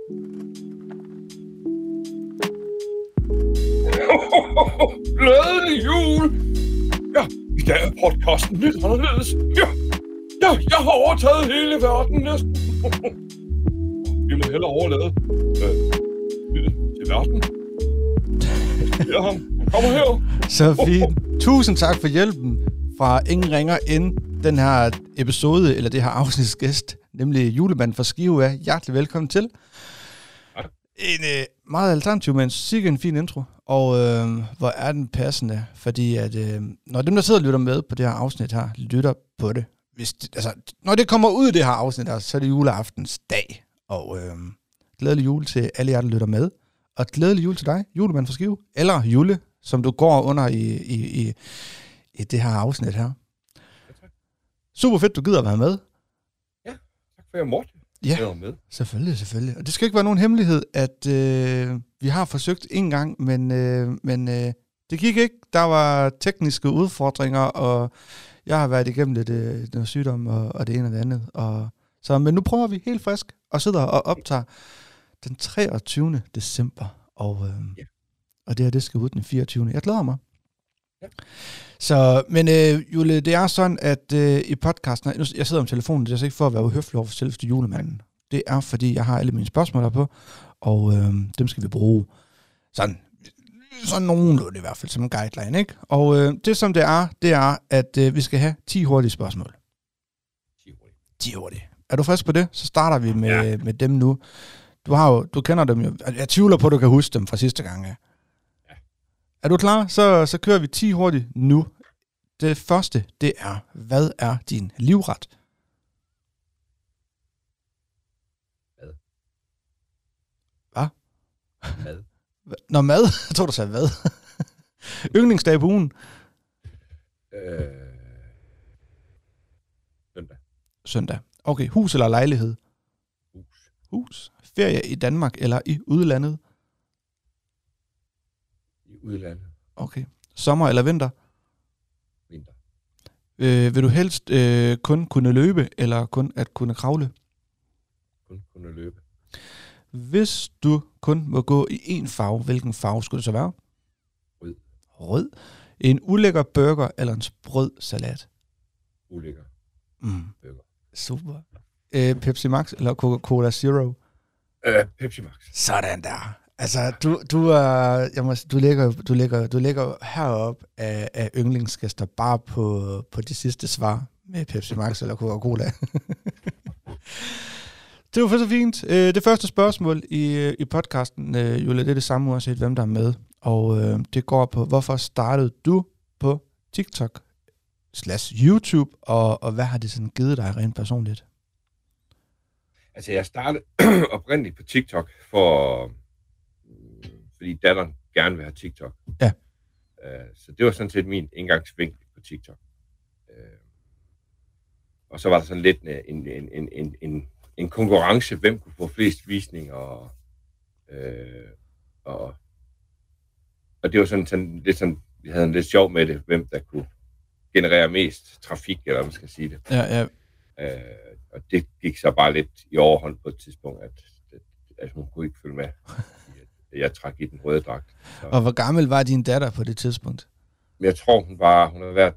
Glædelig jul! Ja, i dag er podcasten lidt anderledes. Ja, jeg har overtaget hele verden næsten. Vi vil hellere overlade til verden. Ja, han kommer her. Så fint. Tusind tak for hjælpen fra ingen ringer end den her episode, eller det her afsnitsgæst, nemlig Julemanden fra Skive. Hjertelig velkommen til. En meget alternativ, men sikkert en fin intro. Og hvor er den passende, fordi at når dem, der sidder og lytter med på det her afsnit her, lytter på det. Når det kommer ud i det her afsnit her, så er det juleaftens dag. Og glædelig jul til alle jer, der lytter med. Og glædelig jul til dig, Julemanden fra Skive. Eller Jule, som du går under i det her afsnit her. Ja, super fedt, du gider at være med. Ja, tak for jeg måtte. Ja, selvfølgelig. Og det skal ikke være nogen hemmelighed, at vi har forsøgt en gang, men det gik ikke. Der var tekniske udfordringer, og jeg har været igennem noget sygdom og det ene og det andet. Men nu prøver vi helt frisk og sidder og optager den 23. december. Og det her, det skal ud den 24. Jeg glæder mig. Ja. Så, men Jule, det er sådan, at i podcasten, jeg sidder om telefonen, det er altså ikke for at være uhøflig over for selveste julemanden. Det er, fordi jeg har alle mine spørgsmål på, og dem skal vi bruge sådan nogenlunde i hvert fald som en guideline, ikke? Og det som det er, at vi skal have 10 hurtige spørgsmål. 10 hurtige. Er du frisk på det? Så starter vi med dem nu. Du kender dem jo. Jeg tvivler på, at du kan huske dem fra sidste gang, ja. Er du klar? Så kører vi 10 hurtigt nu. Det første, det er, hvad er din livret? Mad. Hvad? Mad. Nå, mad? Jeg tror, du sagde hvad? Yndlingsdag på ugen? Søndag. Søndag. Okay, hus eller lejlighed? Hus. Ferie i Danmark eller i udlandet? I udlandet. Okay. Sommer eller vinter? Vinter. Vil du helst kun kunne løbe, eller kun at kunne kravle? Kun kunne løbe. Hvis du kun må gå i én farve, hvilken farve skulle det så være? Rød. Rød. En ulækker burger eller en sprød salat? Ulækker. Burger. Super. Pepsi Max eller Coca-Cola Zero? Pepsi Max. Sådan der. Altså, du ligger heroppe af yndlingsgæster bare på de sidste svar med Pepsi Max eller Coca-Cola. Det var for så fint. Det første spørgsmål i podcasten, Julie, det er det samme uanset hvem der er med. Og det går på, hvorfor startede du på TikTok/YouTube, og hvad har det sådan givet dig rent personligt? Altså, jeg startede oprindeligt på TikTok, fordi datteren gerne vil have TikTok. Ja. Så det var sådan set min indgangsvinkel på TikTok. Og så var der sådan lidt en konkurrence, hvem kunne få flest visninger, og det var sådan lidt sådan, vi havde en lidt sjov med det, hvem der kunne generere mest trafik, eller hvad man skal sige det. Ja. Og det gik så bare lidt i overhånd på et tidspunkt, at hun kunne ikke følge med. Jeg trak i den røde dragt. Så. Og hvor gammel var din datter på det tidspunkt? Jeg tror, hun har været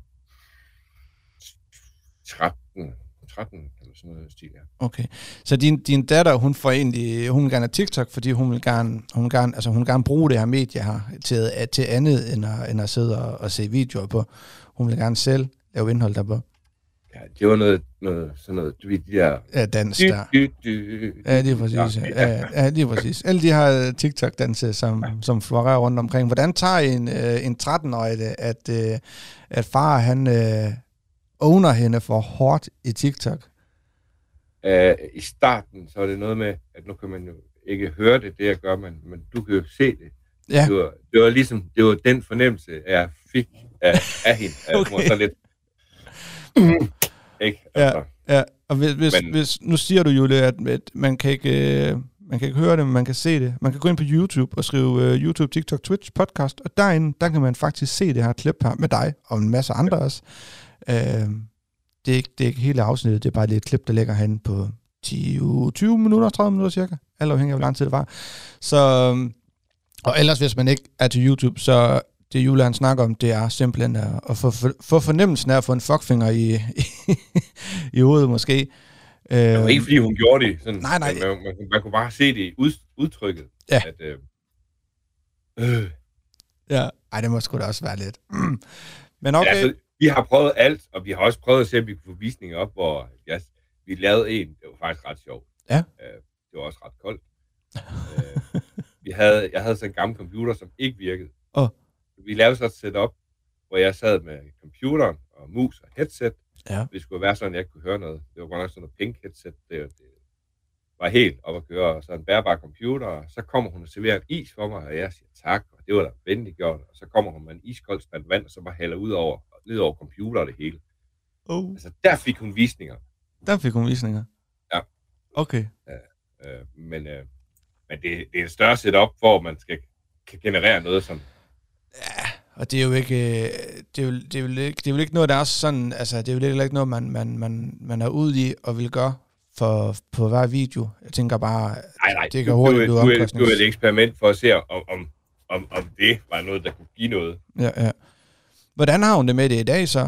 13 eller sådan noget stil, ja. Okay. Så din datter, hun vil gerne have TikTok, fordi hun vil gerne bruge det her medie her til andet end at sidde og se videoer på. Hun vil gerne selv lave indhold derpå. Ja, det var noget sådan noget, de der... Ja, dans der. Ja, lige præcis. Ja, lige præcis. Alle de her TikTok-danse, som florerer rundt omkring. Hvordan tager en 13-årig at far, han owner hende for hårdt i TikTok? I starten, så er det noget med, at nu kan man jo ikke høre det jeg gør, men du kan jo se det. Ja. Det var ligesom, det var den fornemmelse, jeg fik af hende. Okay. Så lidt... Ikke? Altså. Ja. Og hvis nu siger du, Julie, at man kan ikke høre det, men man kan se det. Man kan gå ind på YouTube og skrive YouTube, TikTok, Twitch, podcast, og derinde, der kan man faktisk se det her klip her med dig og en masse andre også. Det er ikke hele afsnittet, det er bare lidt klip, der ligger herinde på 20 minutter, 30 minutter cirka. alt afhængig af, hvor lang tid det var. Så, og ellers, hvis man ikke er til YouTube, så det Julian snakker om, det er simpelthen at få fornemmelsen af at få en fuckfinger i hovedet måske. Det var ikke, fordi hun gjorde det. Sådan, nej. Man kunne bare se det i udtrykket. Ja. At, Ja, ej, det må sgu da også være lidt. Men okay. Altså, vi har prøvet alt, og vi har også prøvet at se, at vi kunne få visninger op, hvor vi lavede en, det var faktisk ret sjovt. Ja. Det var også ret koldt. Jeg havde sådan en gammel computer, som ikke virkede. Vi lavede så et setup, hvor jeg sad med computeren og mus og headset. Ja. Det skulle være sådan, at jeg kunne høre noget. Det var godt nok sådan noget pink headset. Det var helt op at køre. Og så en bærbar computer, og så kommer hun og serverer en is for mig, og jeg siger tak, og det var da venligt gjort. Og så kommer hun med en iskold spand vand, og så bare hælder ned over computer og det hele. Altså, der fik hun visninger. Ja. Okay. Men det er et større setup, hvor man kan generere noget som... Ja, og det er jo ikke, det er jo ikke noget, der er sådan, altså det er jo ikke noget, man er ude i og vil gøre på hver video. Jeg tænker bare, nej, det kan hurtigt blive omkostnings. Det var et eksperiment for at se, om det var noget, der kunne give noget. Ja. Hvordan har hun det med det i dag så?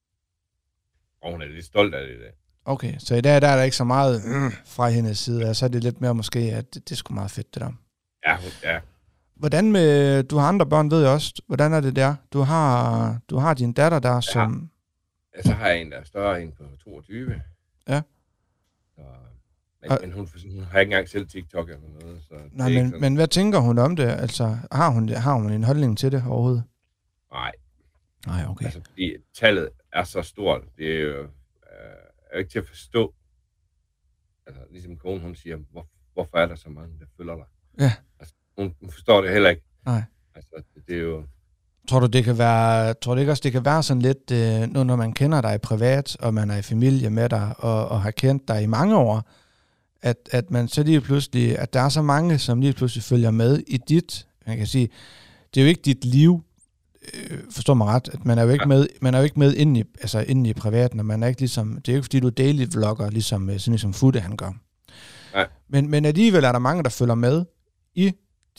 Og hun er lidt stolt af det i dag. Okay, så i dag der er der ikke så meget fra hendes side, og så er det lidt mere måske, at det er sgu meget fedt det der. Ja. Hvordan med, du har andre børn, ved jeg også, hvordan er det der? Du har din datter der, som... Ja, så har jeg en, der er større, en på 22. Ja. Så, men hun har ikke engang selv TikTok eller noget. Så nej, men hvad tænker hun om det? Altså, har hun en holdning til det overhovedet? Nej, okay. Altså, fordi tallet er så stort, det er jo ikke til at forstå. Altså, ligesom konen, hun siger, hvorfor er der så mange, der følger dig? Ja. Altså, hun forstår det heller ikke. Nej. Altså, det er jo... Tror du ikke også, det kan være sådan lidt, når man kender dig privat, og man er i familie med dig, og har kendt dig i mange år, at man så lige pludselig, at der er så mange, som lige pludselig følger med i dit, man kan sige, det er jo ikke dit liv, forstår mig ret, at man er jo ikke med inde i privaten, og man er ikke ligesom, det er jo ikke fordi du er daily vlogger, ligesom Futte han gør. Nej. Men alligevel er der mange, der følger med i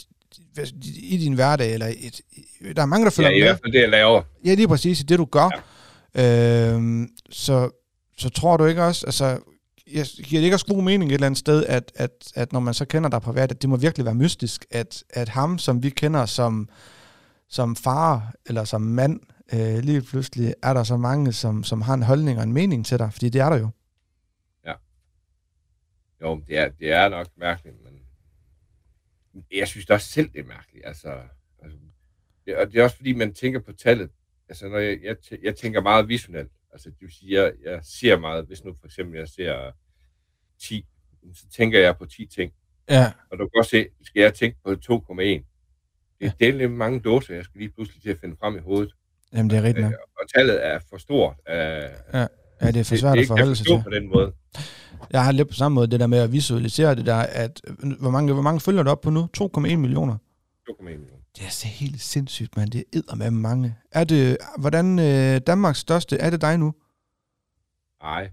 din hverdag, eller der er mange, der følger med. Ja, i hvert fald det, jeg laver. Ja, lige præcis, i det du gør. Ja. Så tror du ikke også, altså, giver det ikke også god mening et eller andet sted, at når man så kender dig privat, at det må virkelig være mystisk, at ham, som vi kender som far, eller som mand, lige pludselig er der så mange, som har en holdning og en mening til dig, fordi det er der jo. Ja. Jo, det er nok mærkeligt, men jeg synes da også selv, det er mærkeligt. Altså det er også fordi, man tænker på tallet. Altså, når jeg tænker meget visuelt. Altså, det vil sige, jeg ser meget. Hvis nu for eksempel jeg ser 10, så tænker jeg på 10 ting. Ja. Og du kan også se, skal jeg tænke på 2,1. Det er lidt mange dåser, jeg skal lige pludselig til at finde frem i hovedet. Jamen, det er rigtigt nok. Og tallet er for stort. Ja, det er for svært at forholde sig til. På den måde. Jeg har lidt på samme måde det der med at visualisere det der, at hvor mange følger du op på nu? 2,1 millioner? 2,1 millioner. Det er så helt sindssygt, mand. Det er eddermame mange. Hvordan Danmarks største, er det dig nu? Nej,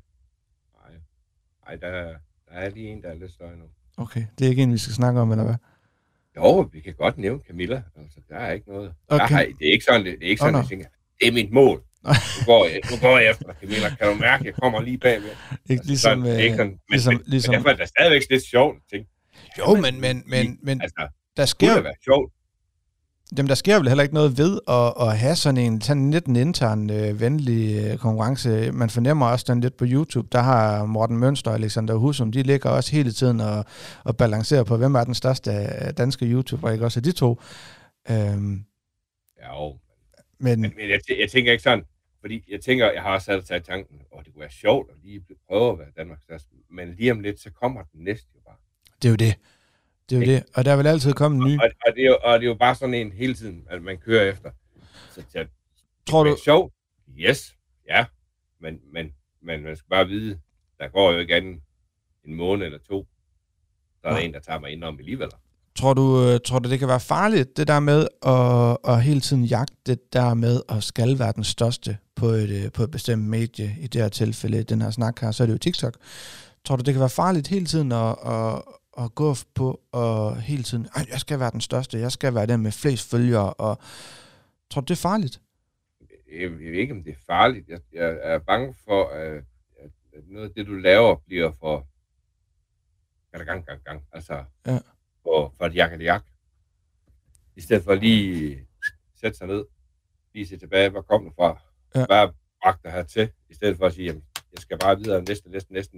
der er lige en, der er lidt større nu. Okay, det er ikke en, vi skal snakke om, eller hvad? Jo, vi kan godt nævne Camilla. Altså, der er ikke noget. Okay. Det er ikke sådan, jeg tænker, det er mit mål. Nu går jeg efter Camilla. Kan du mærke, jeg kommer lige bagved? Ikke ligesom... Men derfor er det stadigvæk lidt sjovt. Jo, men altså, der sker... Det være sjovt. Jamen, der sker vel heller ikke noget ved at have sådan lidt en intern venlig konkurrence. Man fornemmer også den lidt på YouTube. Der har Morten Mønster og Alexander Husum, de ligger også hele tiden og balancerer på, hvem er den største danske YouTuber, ikke også? De to. Jo. Men jeg tænker ikke sådan, fordi jeg har også sat taget tanken, det kunne være sjovt at lige prøve at være Danmarks største. Men lige om lidt, så kommer den næste jo bare. Det er jo det. Det er jo det, og der vil altid komme en ny. Og det er jo bare sådan en hele tiden, at man kører efter. Så tror du... Det er sjovt. Yes, ja. Men man skal bare vide, der går jo ikke anden en måned eller 2. Så er der en, der tager mig ind om alligevel. Tror du, det kan være farligt, det der med at hele tiden jagte det der med at skal være den største på et bestemt medie, i det her tilfælde, den her snak her, så er det jo TikTok. Tror du, det kan være farligt hele tiden at gå på og hele tiden, jeg skal være den største, jeg skal være den med flest følgere, og tror du, det er farligt? Jeg ved ikke, om det er farligt. Jeg er bange for, at noget af det, du laver, bliver for gang. Altså, Ja. for et jak. I stedet for lige sætte sig ned, lige se tilbage, hvor kom du fra? Ja. Hvad er bragt dig hertil? I stedet for at sige, jamen, jeg skal bare videre næste.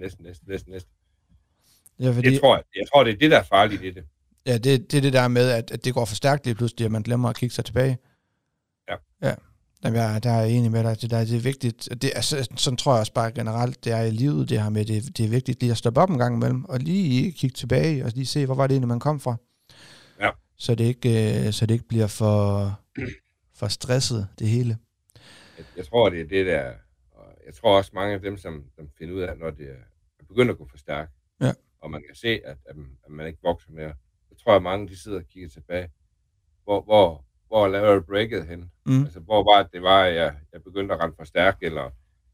Ja, fordi, Jeg tror, det er det, der er farligt i det. ja, det er det der med, at det går for stærkt lige pludselig, at man glemmer at kigge sig tilbage. Ja. Jamen, der er jeg enig med dig. Det er vigtigt. Det er, sådan tror jeg også bare generelt, det er i livet, det her med, det er vigtigt lige at stoppe op en gang imellem, og lige kigge tilbage, og lige se, hvor var det egentlig, man kom fra. Ja. Så det ikke bliver for stresset, det hele. Jeg tror, det er det der. Og jeg tror også, mange af dem, som finder ud af, når det er begyndt at gå for stærkt, ja. Og man kan se, at man ikke vokser mere, så tror jeg, mange de sidder og kigger tilbage. Hvor lavede jeg breaket hen? Altså, hvor var det var, at jeg begyndte at rende for stærk, eller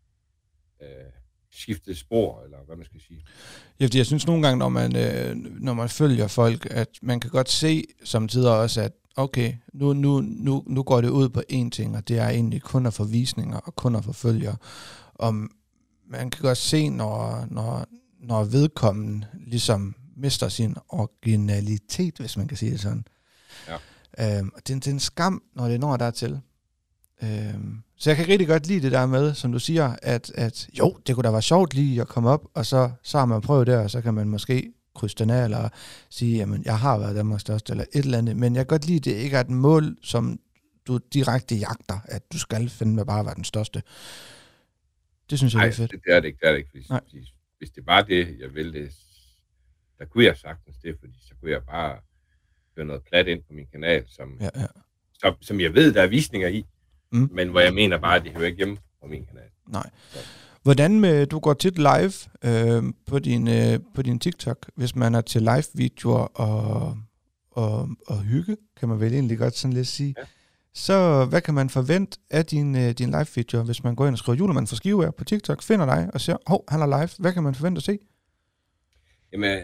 skifte spor, eller hvad man skal sige. Ja, fordi jeg synes nogle gange, når man følger folk, at man kan godt se samtidig også, at okay, nu går det ud på én ting, og det er egentlig kun at få visninger og kun at få følgere. Og man kan godt se, når vedkommende ligesom mister sin originalitet, hvis man kan sige det sådan. Ja. Og det er en skam, når det når dertil. Så jeg kan rigtig godt lide det der med, som du siger, at jo, det kunne da være sjovt lige at komme op, og så har man prøvet der, og så kan man måske krydse den af, eller sige, jamen, jeg har været Danmarks største, eller et eller andet. Men jeg kan godt lide, det ikke er et mål, som du direkte jagter, at du skal finde bare være den største. Det synes jeg er fedt. Det er det ikke. Fordi hvis det var det, jeg ville, der kunne jeg sagtens det, fordi så kunne jeg bare føre noget plat ind på min kanal, som jeg ved, der er visninger i, men hvor jeg mener bare, at det hører ikke hjemme på min kanal. Nej. Hvordan med, du går tit live på din TikTok, hvis man er til live-videoer og hygge, kan man vel egentlig godt sådan lidt sige. Ja. Så hvad kan man forvente af din live-videoer, hvis man går ind og skriver Julemand for Skive på TikTok, finder dig og siger, han er live. Hvad kan man forvente at se? Jamen,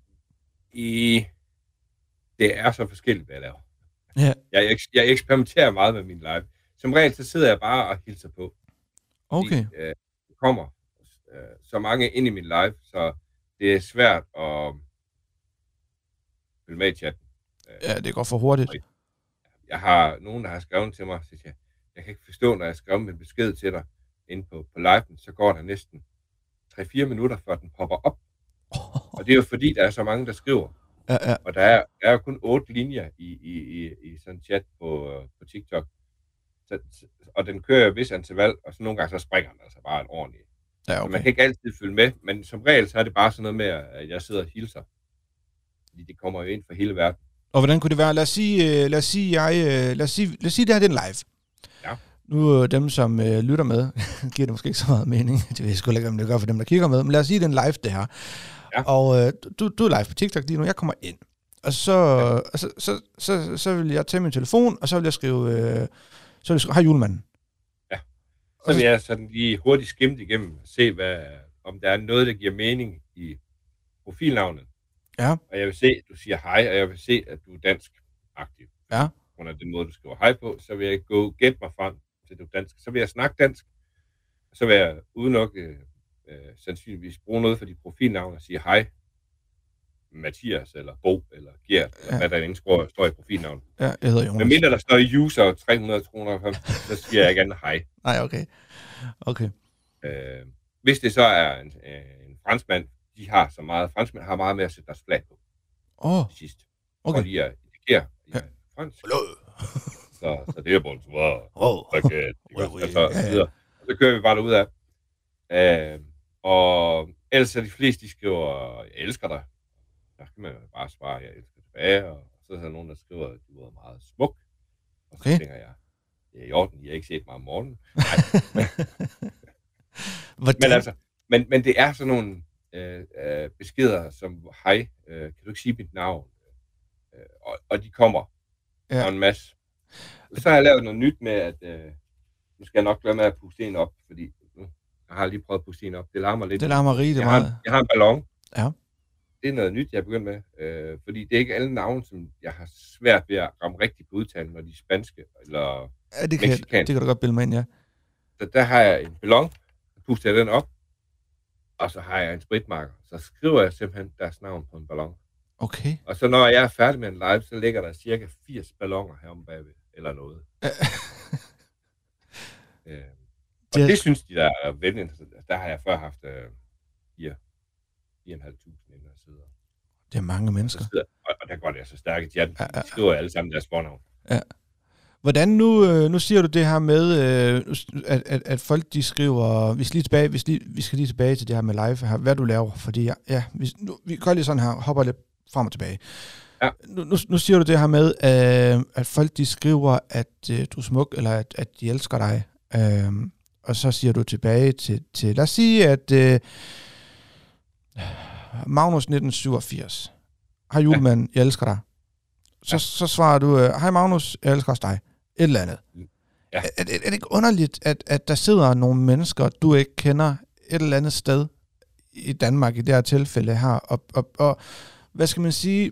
det er så forskelligt, hvad jeg laver. Ja. Jeg eksperimenterer meget med min live. Som regel, så sidder jeg bare og hilser på. Okay. Fordi, der kommer så mange ind i min live, så det er svært at følge med i chatten. Ja, det går for hurtigt. Jeg har nogen, der har skrevet til mig, så jeg kan ikke forstå, når jeg skriver en besked til dig inde på liven, så går der næsten 3-4 minutter, før den popper op. Og det er jo fordi, der er så mange, der skriver. Ja. Og der er jo kun 8 linjer i sådan en chat på TikTok. Og den kører vis interval, og så nogle gange så springer den altså bare en ordentlig. Ja, okay. Så man kan ikke altid følge med, men som regel så er det bare sådan noget med, at jeg sidder og hilser. Fordi det kommer jo ind fra hele verden. Og hvordan kunne det være? Lad os sige, det her det er en live. Ja. Nu dem, som lytter med, giver det måske ikke så meget mening. Det ved jeg sgu ikke, om det gør for dem, der kigger med. Men lad os sige, det er en live, det her. Ja. Og du er live på TikTok lige nu. Jeg kommer ind. Og så vil jeg tage min telefon, og så vil jeg skrive, hej julemanden. Ja. Så vil jeg sådan lige hurtigt skimme igennem og se, om der er noget, der giver mening i profilnavnet. Ja. Og jeg vil se, at du siger hej, og jeg vil se, at du er dansk aktiv. Ja. Under den måde, du skriver hej på, så vil jeg gætte mig frem til, du er dansk. Så vil jeg snakke dansk, og så vil jeg udelukke sandsynligvis bruge noget for dit profilnavn og sige hej, Mathias, eller Bo, eller Gert, eller hvad der end står i profilnavnet. Ja, jeg hedder Jonas. Men mindre der står user 300, så siger jeg ikke andet hej. Nej, okay. Hvis det så er en franskmand, de har så meget, franskmænd har meget med at sætte deres flag på. Sidst. Okay. Og de er indikeret i fransk. Så det er bonsoir. Så kører vi bare derud af. Og ellers er de fleste, de skriver, jeg elsker dig. Der kan man jo bare svare, jeg elsker tilbage. Og så er der nogen, der skriver, at du er meget smuk. Og så tænker jeg, det er i orden, jeg har ikke set mig om morgenen. Men det er sådan nogle beskeder som, hej, kan du ikke sige mit navn? Og de kommer en masse. Så har jeg lavet noget nyt med, at nu skal jeg nok glemme at puste en op, fordi jeg har lige prøvet at puste en op. Det larmer lidt. Det larmer rigtig meget. Jeg har en ballon. Ja. det er noget nyt, jeg er begyndt med. Fordi det er ikke alle navne, som jeg har svært ved at ramme rigtigt på udtalen, når de er spanske eller mexikanske. Det kan du godt bilde mig ind, ja. Så der har jeg en ballon, så puster jeg den op, og så har jeg en spritmarker. Så skriver jeg simpelthen deres navn på en ballon. Okay. Og så når jeg er færdig med en live, så ligger der cirka 80 balloner herom bagved, eller noget. Og det synes de, der er vældig interessant. Der har jeg før haft 4.500 inden jeg sidder. Det er mange mennesker. Og der går det så stærkt i chatten. De skriver alle sammen deres fornavn. Ja. Hvordan nu siger du det her med, at folk de skriver, vi skal lige tilbage til det her med live her, hvad du laver, fordi vi gør lige sådan her, hopper lidt frem og tilbage. Ja. Nu siger du det her med, at folk de skriver, at du er smuk, eller at de elsker dig, og så siger du tilbage til lad os sige, at Magnus 1987, hej Julemand, jeg elsker dig. Så svarer du, hej Magnus, jeg elsker også dig. Et eller andet. Ja. Er det ikke underligt, at der sidder nogle mennesker, du ikke kender et eller andet sted i Danmark, i det her tilfælde her, og hvad skal man sige,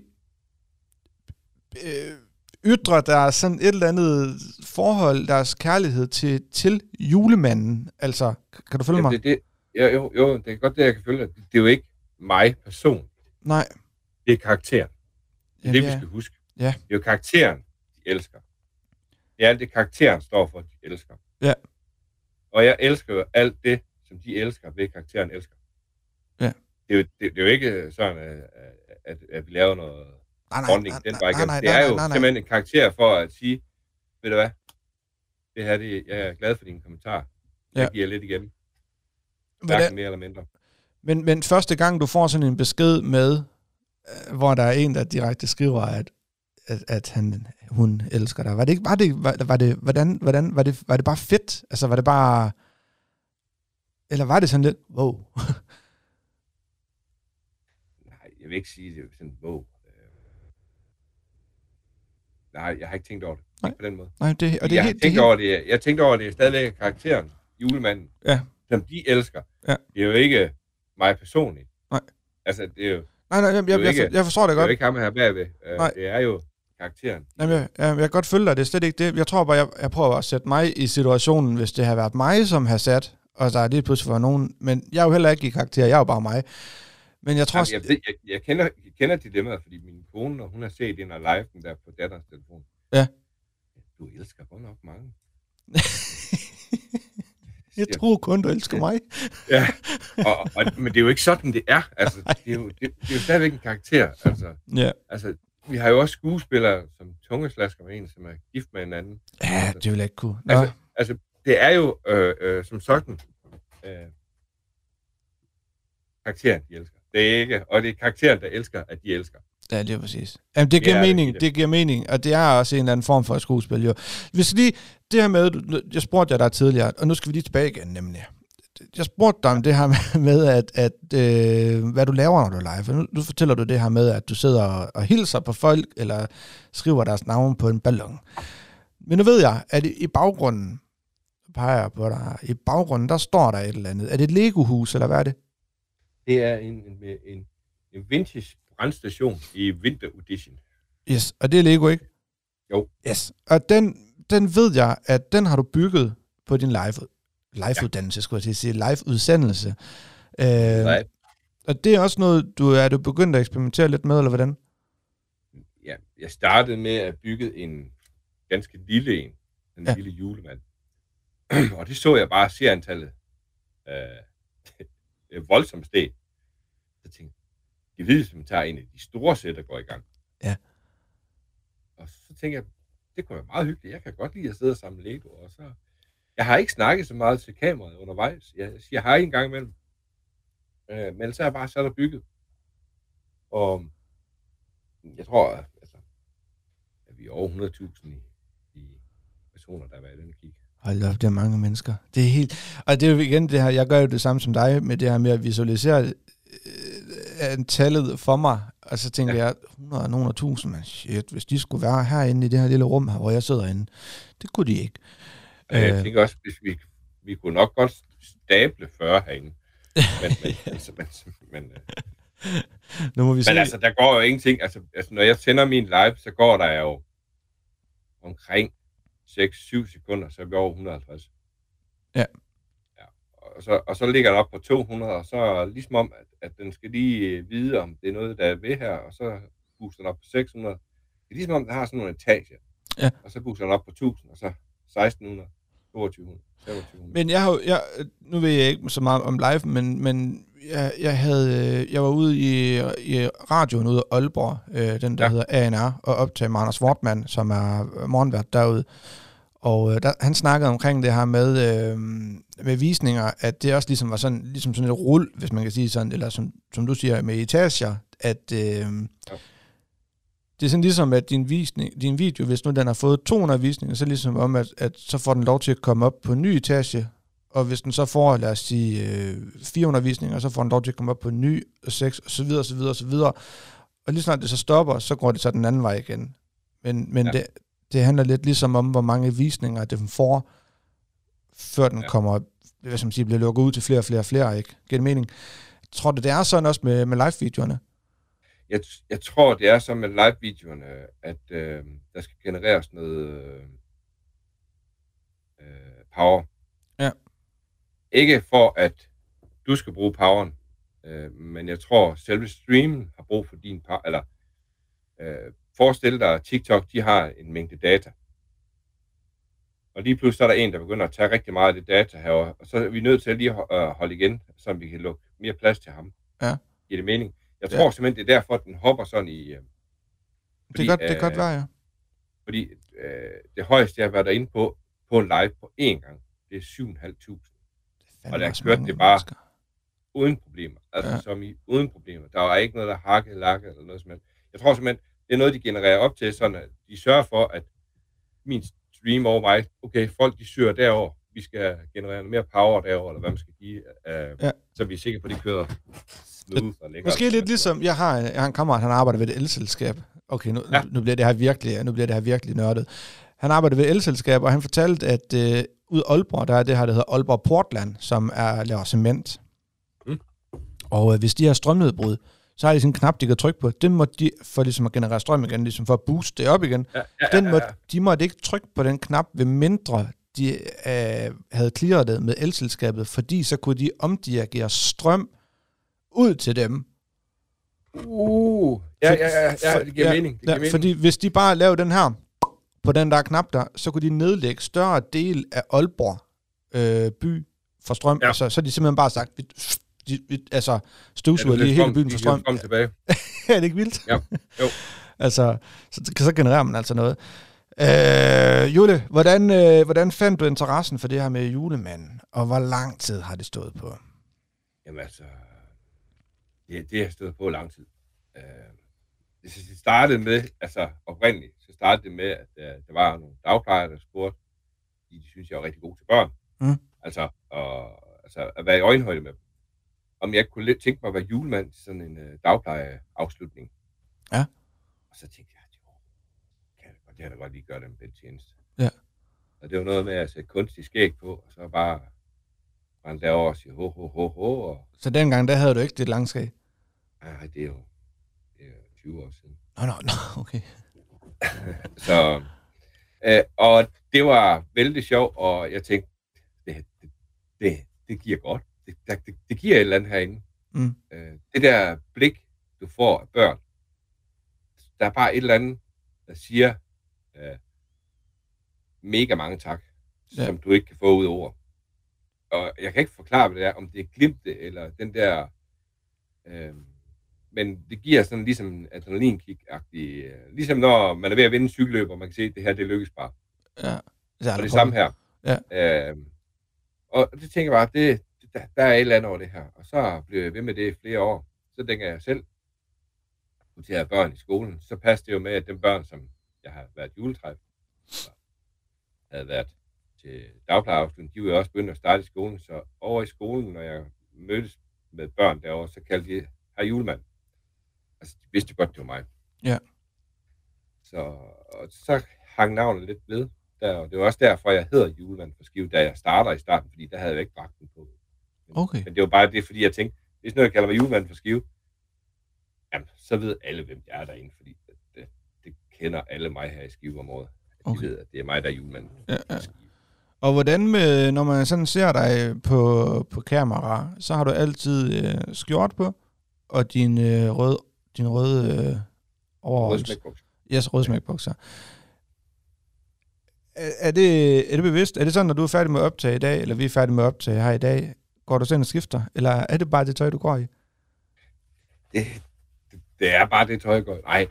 ytrer der sådan et eller andet forhold, deres kærlighed til julemanden? Altså, kan du følge mig? Jo, det er godt det, jeg kan følge. Det er jo ikke mig person. Nej. Det er karakteren. Det er det, vi skal huske. Ja. Det er jo karakteren, de elsker. Det er alt det, karakteren står for, de elsker. Ja. Og jeg elsker jo alt det, som de elsker, ved karakteren elsker. Ja. Det er jo ikke sådan, at vi laver noget bonding den vej igennem. Det er jo simpelthen en karakter for at sige, ved du hvad, det her, jeg er glad for dine kommentarer. Jeg giver lidt igen. Hverken mere eller mindre. Men første gang, du får sådan en besked med, hvor der er en, der direkte skriver, at hun elsker dig. Var det bare fedt? Altså, var det bare... Eller var det sådan lidt, wow? Nej, jeg vil ikke sige, det er sådan, wow. Nej, jeg har ikke tænkt over det. Ikke på den måde. Nej, jeg tænkte over det stadigvæk karakteren, julemanden, som de elsker. Ja. Det er jo ikke mig personligt. Nej. Altså, det er jo... Nej, jeg forstår det godt. Det er jo ikke ham her bagved. Det er jo karakteren. Jamen, jeg kan godt følge dig. Det er slet ikke det. Jeg tror bare, jeg prøver at sætte mig i situationen, hvis det har været mig, som har sat, og der er lige pludselig for nogen. Men jeg er jo heller ikke i karakter. Jeg er jo bare mig. Men jeg tror også... Jeg kender dilemmaet, fordi min kone, når hun har set en af liven der på datterens telefon. Ja. Du elsker godt nok mange. Jeg tror kun, du elsker mig. Ja, men det er jo ikke sådan, det er. Altså, det er jo stadigvæk en karakter. Altså, vi har jo også skuespillere, som tungeslasker med en, som er gift med en anden. Ja, det vil jeg ikke kunne. Altså, det er jo som sådan karakteren, de elsker. Det er ikke, og det er karakteren, der elsker, at de elsker. Ja, det er præcis. Jamen, det giver mening, og det er også en eller anden form for et skuespil, jo. Hvis lige, det her med, jeg spurgte jer der tidligere, og nu skal vi lige tilbage igen, nemlig. Jeg spurgte dig om det her med, at hvad du laver, når du er live. Nu fortæller du det her med, at du sidder og hilser på folk, eller skriver deres navn på en ballon. Men nu ved jeg, at i baggrunden, peger på dig, i baggrunden, der står der et eller andet. Er det et Lego-hus, eller hvad er det? Det er en vintage brandstation i Winter Edition. Yes, og det er Lego, ikke? Jo. Yes, og den ved jeg, at den har du bygget på din live-uddannelse, skulle jeg til at sige, live-udsendelse. Live. Og det er også noget, du begyndt at eksperimentere lidt med, eller hvordan? Ja, jeg startede med at bygge en ganske lille lille julemand. Og det så jeg bare seerantallet voldsomt steg. Så tænkte jeg ved, hvis man tager en af de store sæt, der går i gang. Ja. Og så tænkte jeg, det kunne være meget hyggeligt. Jeg kan godt lide at sidde og samle Lego. Og så... Jeg har ikke snakket så meget til kameraet undervejs. Jeg siger hej en gang imellem. Men så er jeg bare sat og bygget. Og jeg tror, at vi er over 100.000 i personer, der har været inde og kigge. Hold op, det er mange mennesker. Det er helt... Og det er jo igen det her, jeg gør jo det samme som dig, med det her med at visualisere tallet for mig, og så tænker jeg, 100 og nogle af 1000, men shit, hvis de skulle være herinde i det her lille rum her, hvor jeg sidder inde, det kunne de ikke. Jeg tænker også, hvis vi kunne nok godt stable 40 herinde. Men Nu må vi se. Men altså, der går jo ingenting. Altså, når jeg sender min live, så går der jo omkring 6-7 sekunder, så er vi over 150. Ja. Og så ligger den op på 200, og så ligesom om, at den skal lige vide, om det er noget, der er ved her, og så booster den op på 600. Det er ligesom om, den har sådan nogle etager. Ja. Og så booster den op på 1000, og så 1600, 2200, 2500. Men nu ved jeg ikke så meget om live, men jeg var ude i radioen ude af Aalborg, den der hedder ANR, og optage med Anders Wortmann, som er morgenvært derude. Og han snakkede omkring det her med visninger, at det også ligesom var sådan et rul, hvis man kan sige sådan, eller som du siger, med etager, at det er sådan ligesom, at din video, hvis nu den har fået 200 visninger, så ligesom om, at så får den lov til at komme op på en ny etage, og hvis den så får, lad os sige, 400 visninger, så får den lov til at komme op på en ny, 6, og så videre, og så videre, og så videre. Og lige snart det så stopper, så går det så den anden vej igen. Men det handler lidt ligesom om, hvor mange visninger den får, før den kommer, hvad skal man sige, bliver lukket ud til flere og flere, ikke? Giver det mening? Tror du, det er sådan også med live-videoerne? Jeg tror, det er sådan med live-videoerne, at der skal genereres noget power. Ja. Ikke for, at du skal bruge poweren, men jeg tror, selve streamen har brug for din power, eller forestil dig, at TikTok, de har en mængde data. Og lige pludselig så er der en, der begynder at tage rigtig meget af det data her, og så er vi nødt til at lige holde igen, så vi kan lukke mere plads til ham. Ja. Giver det mening? Jeg tror simpelthen, det er derfor, at den hopper sådan i... Fordi, det kan godt være, ja. Fordi det højeste, jeg har været derinde på en live på én gang, det er 7.500. Og der kørte det bare uden problemer. Altså som i uden problemer. Der var ikke noget, der hakkede, lakke eller noget som helst. Jeg tror simpelthen, det er noget, de genererer op til, sådan at de sørger for, at min stream over mig, okay, folk de søger derover, vi skal generere mere power derover, eller hvad man skal give, så vi er sikre på, at de kører smooth og lækkert. Måske lidt ligesom, jeg har en kammerat, han arbejder ved et elselskab. Okay, nu bliver det her virkelig nørdet. Han arbejder ved et elselskab, og han fortalte, at ud af Aalborg, der er det her, der hedder Aalborg Portland, som laver cement. Og hvis de har strømnedbrud, så har de sådan en knap, de kan trykke på. Den må de, for ligesom at generere strøm igen, ligesom for at booste det op igen. De måtte ikke trykke på den knap, ved mindre de havde clearet det med elselskabet, fordi så kunne de omdirigere strøm ud til dem. Det giver mening. Fordi hvis de bare lavede den her, på den der knap der, så kunne de nedlægge større del af Aalborg by for strøm. Ja. Så de simpelthen bare sagt, altså støvsuger lige hele byen for strøm. Tilbage. Er det ikke vildt? Ja, jo. Altså, så genererer man altså noget. Jule, hvordan fandt du interessen for det her med julemanden, og hvor lang tid har det stået på? Jamen altså, det har stået på lang tid. Det startede med, altså oprindeligt, så startede det med, at der var nogle dagplejere, der spurgte, de synes, jeg var rigtig god til børn. Altså at være i øjenhøjde med dem. Om jeg kunne tænke mig at være julemand til sådan en dagplejeafslutning. Ja. Og så tænkte jeg, det har da godt lige gøre dem en tjeneste. Ja. Og det var noget med at sætte kunstig skæg på, og så bare rende derovre og sige ho. Og... Så dengang, der havde du ikke det lange skæg? Nej, det er jo 20 år siden. Nå, okay. Så, og det var vældig sjovt, og jeg tænkte, det giver godt. Det giver et eller andet herinde. Det der blik, du får af børn, der er bare et eller andet, der siger mega mange tak, som du ikke kan få ud af ord. Og jeg kan ikke forklare, hvad det er, om det er glimte, eller den der... men det giver sådan ligesom adrenalinkick-agtig... ligesom når man er ved at vinde en cykelløb, og man kan se, at det her, det lykkes bare. Ja. Og det samme her. Ja. Og det tænker jeg bare, der er et eller andet over det her. Og så blev jeg ved med det i flere år. Så tænker jeg selv, at jeg har børn i skolen, så passer det jo med, at dem børn, som jeg har været juletræf, havde været til dagplejeafslutning, de var jo også begyndt at starte i skolen. Så over i skolen, når jeg mødtes med børn derovre, så kaldte de her julemand. Altså, de vidste godt, det var mig. Ja. Så hang navnet lidt ved. Og det var også derfor, jeg hedder julemand for Skive, da jeg starter i starten, fordi der havde jeg ikke dragten på. Okay. Men det var bare det, fordi jeg tænkte, hvis nu jeg kalder mig julemand for Skive, jamen, så ved alle, hvem jeg er derinde, fordi det kender alle mig her i Skive-området. De ved, at det er mig, der er julemanden. Ja. Og hvordan med, når man sådan ser dig på kamera, så har du altid skjort på, og din røde overholds. Røde smækbukser. Er det bevidst? Er det sådan, når du er færdig med at optage i dag, eller vi er færdige med at optage her i dag, går du så ind og skifter? Eller er det bare det tøj, du går i? Det er bare det tøj, jeg går i. Nej,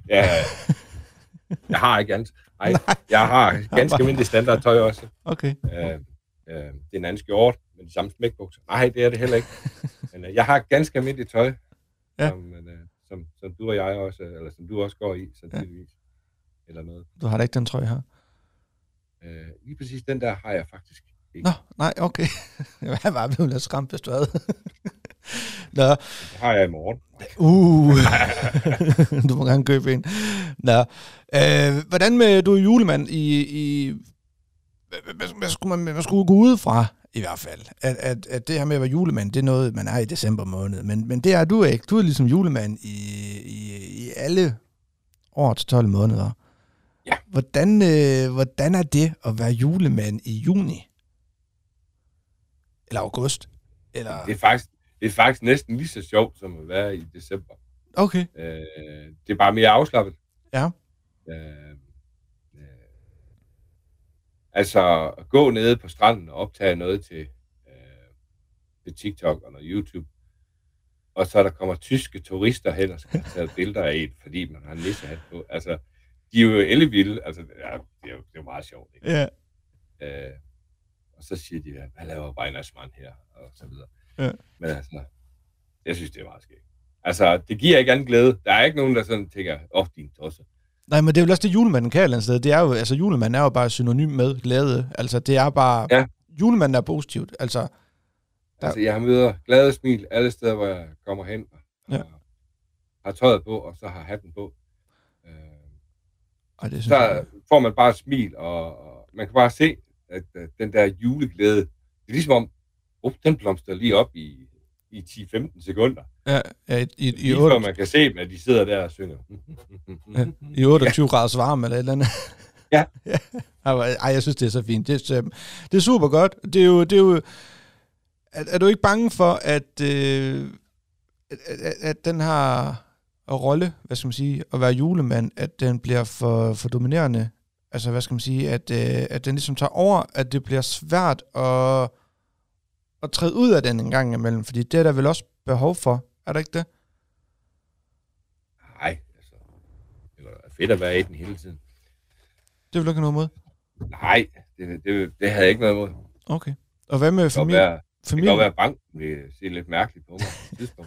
jeg har ikke andet. Nej, jeg har ganske almindelig standardtøj også. Okay. Det er en anden skjort med de samme smækbukser. Nej, det er det heller ikke. Men jeg har ganske almindeligt tøj, som du og jeg også, eller som du også går i, sandsynligvis. Eller noget. Du har da ikke den trøje her? Lige præcis den der har jeg faktisk ikke. Nå, nej, okay. Jeg var blevet lidt skræmt, hvis du havde. Nå. Det har jeg i morgen. Du må gerne købe en. Nå. Hvordan med, du er julemand i hvad skulle gå ud fra, i hvert fald, at det her med at være julemand, det er noget, man er i december måned, men det er du ikke. Du er ligesom julemand i alle årets 12 måneder. Ja. Hvordan er det at være julemand i juni? Eller august? Eller... Det er faktisk næsten lige så sjovt, som at være i december. Okay. Det er bare mere afslappet. Ja. Altså, at gå nede på stranden og optage noget til TikTok og noget YouTube, og så der kommer tyske turister hen og skal tage billeder af en, fordi man har en nissehat på. Altså, de er jo ellevilde. Altså, det er jo meget sjovt, ikke? Ja. Og så siger de, hvad laver Weihnachtsmann her? Og så videre. Ja. Men altså, jeg synes, det er meget skægt. Altså, det giver ikke anden glæde. Der er ikke nogen, der sådan tænker, din tosse. Nej, men det er jo også det, julemanden kan et eller andet sted. Det er jo, altså, julemanden er jo bare synonym med glæde. Altså, det er bare... Ja. Julemanden er positivt. Altså, jeg møder glade smil alle steder, hvor jeg kommer hen. Og har tøjet på, og så har hatten på. Så får man bare et smil, og man kan bare se, at den der juleglæde, det er ligesom om, den blomster lige op i 10-15 sekunder. Ja, i 8... man kan se dem, at de sidder der og synger. I 28 graders varme eller et eller andet. Ja. Ej, jeg synes, det er så fint. Det er super godt. Det er jo er du ikke bange for, at den her rolle, hvad skal man sige, at være julemand, at den bliver for dominerende? Altså, hvad skal man sige, at den ligesom tager over, at det bliver svært at træde ud af den en gang imellem, fordi det er der vel også behov for, er der ikke det? Nej, altså, det er fedt at være i den hele tiden. Det vil du ikke have noget mod? Nej, det havde jeg ikke noget mod. Okay. Og hvad med familie? Det kan godt være, at banken vil se lidt mærkeligt på mig på et tidspunkt.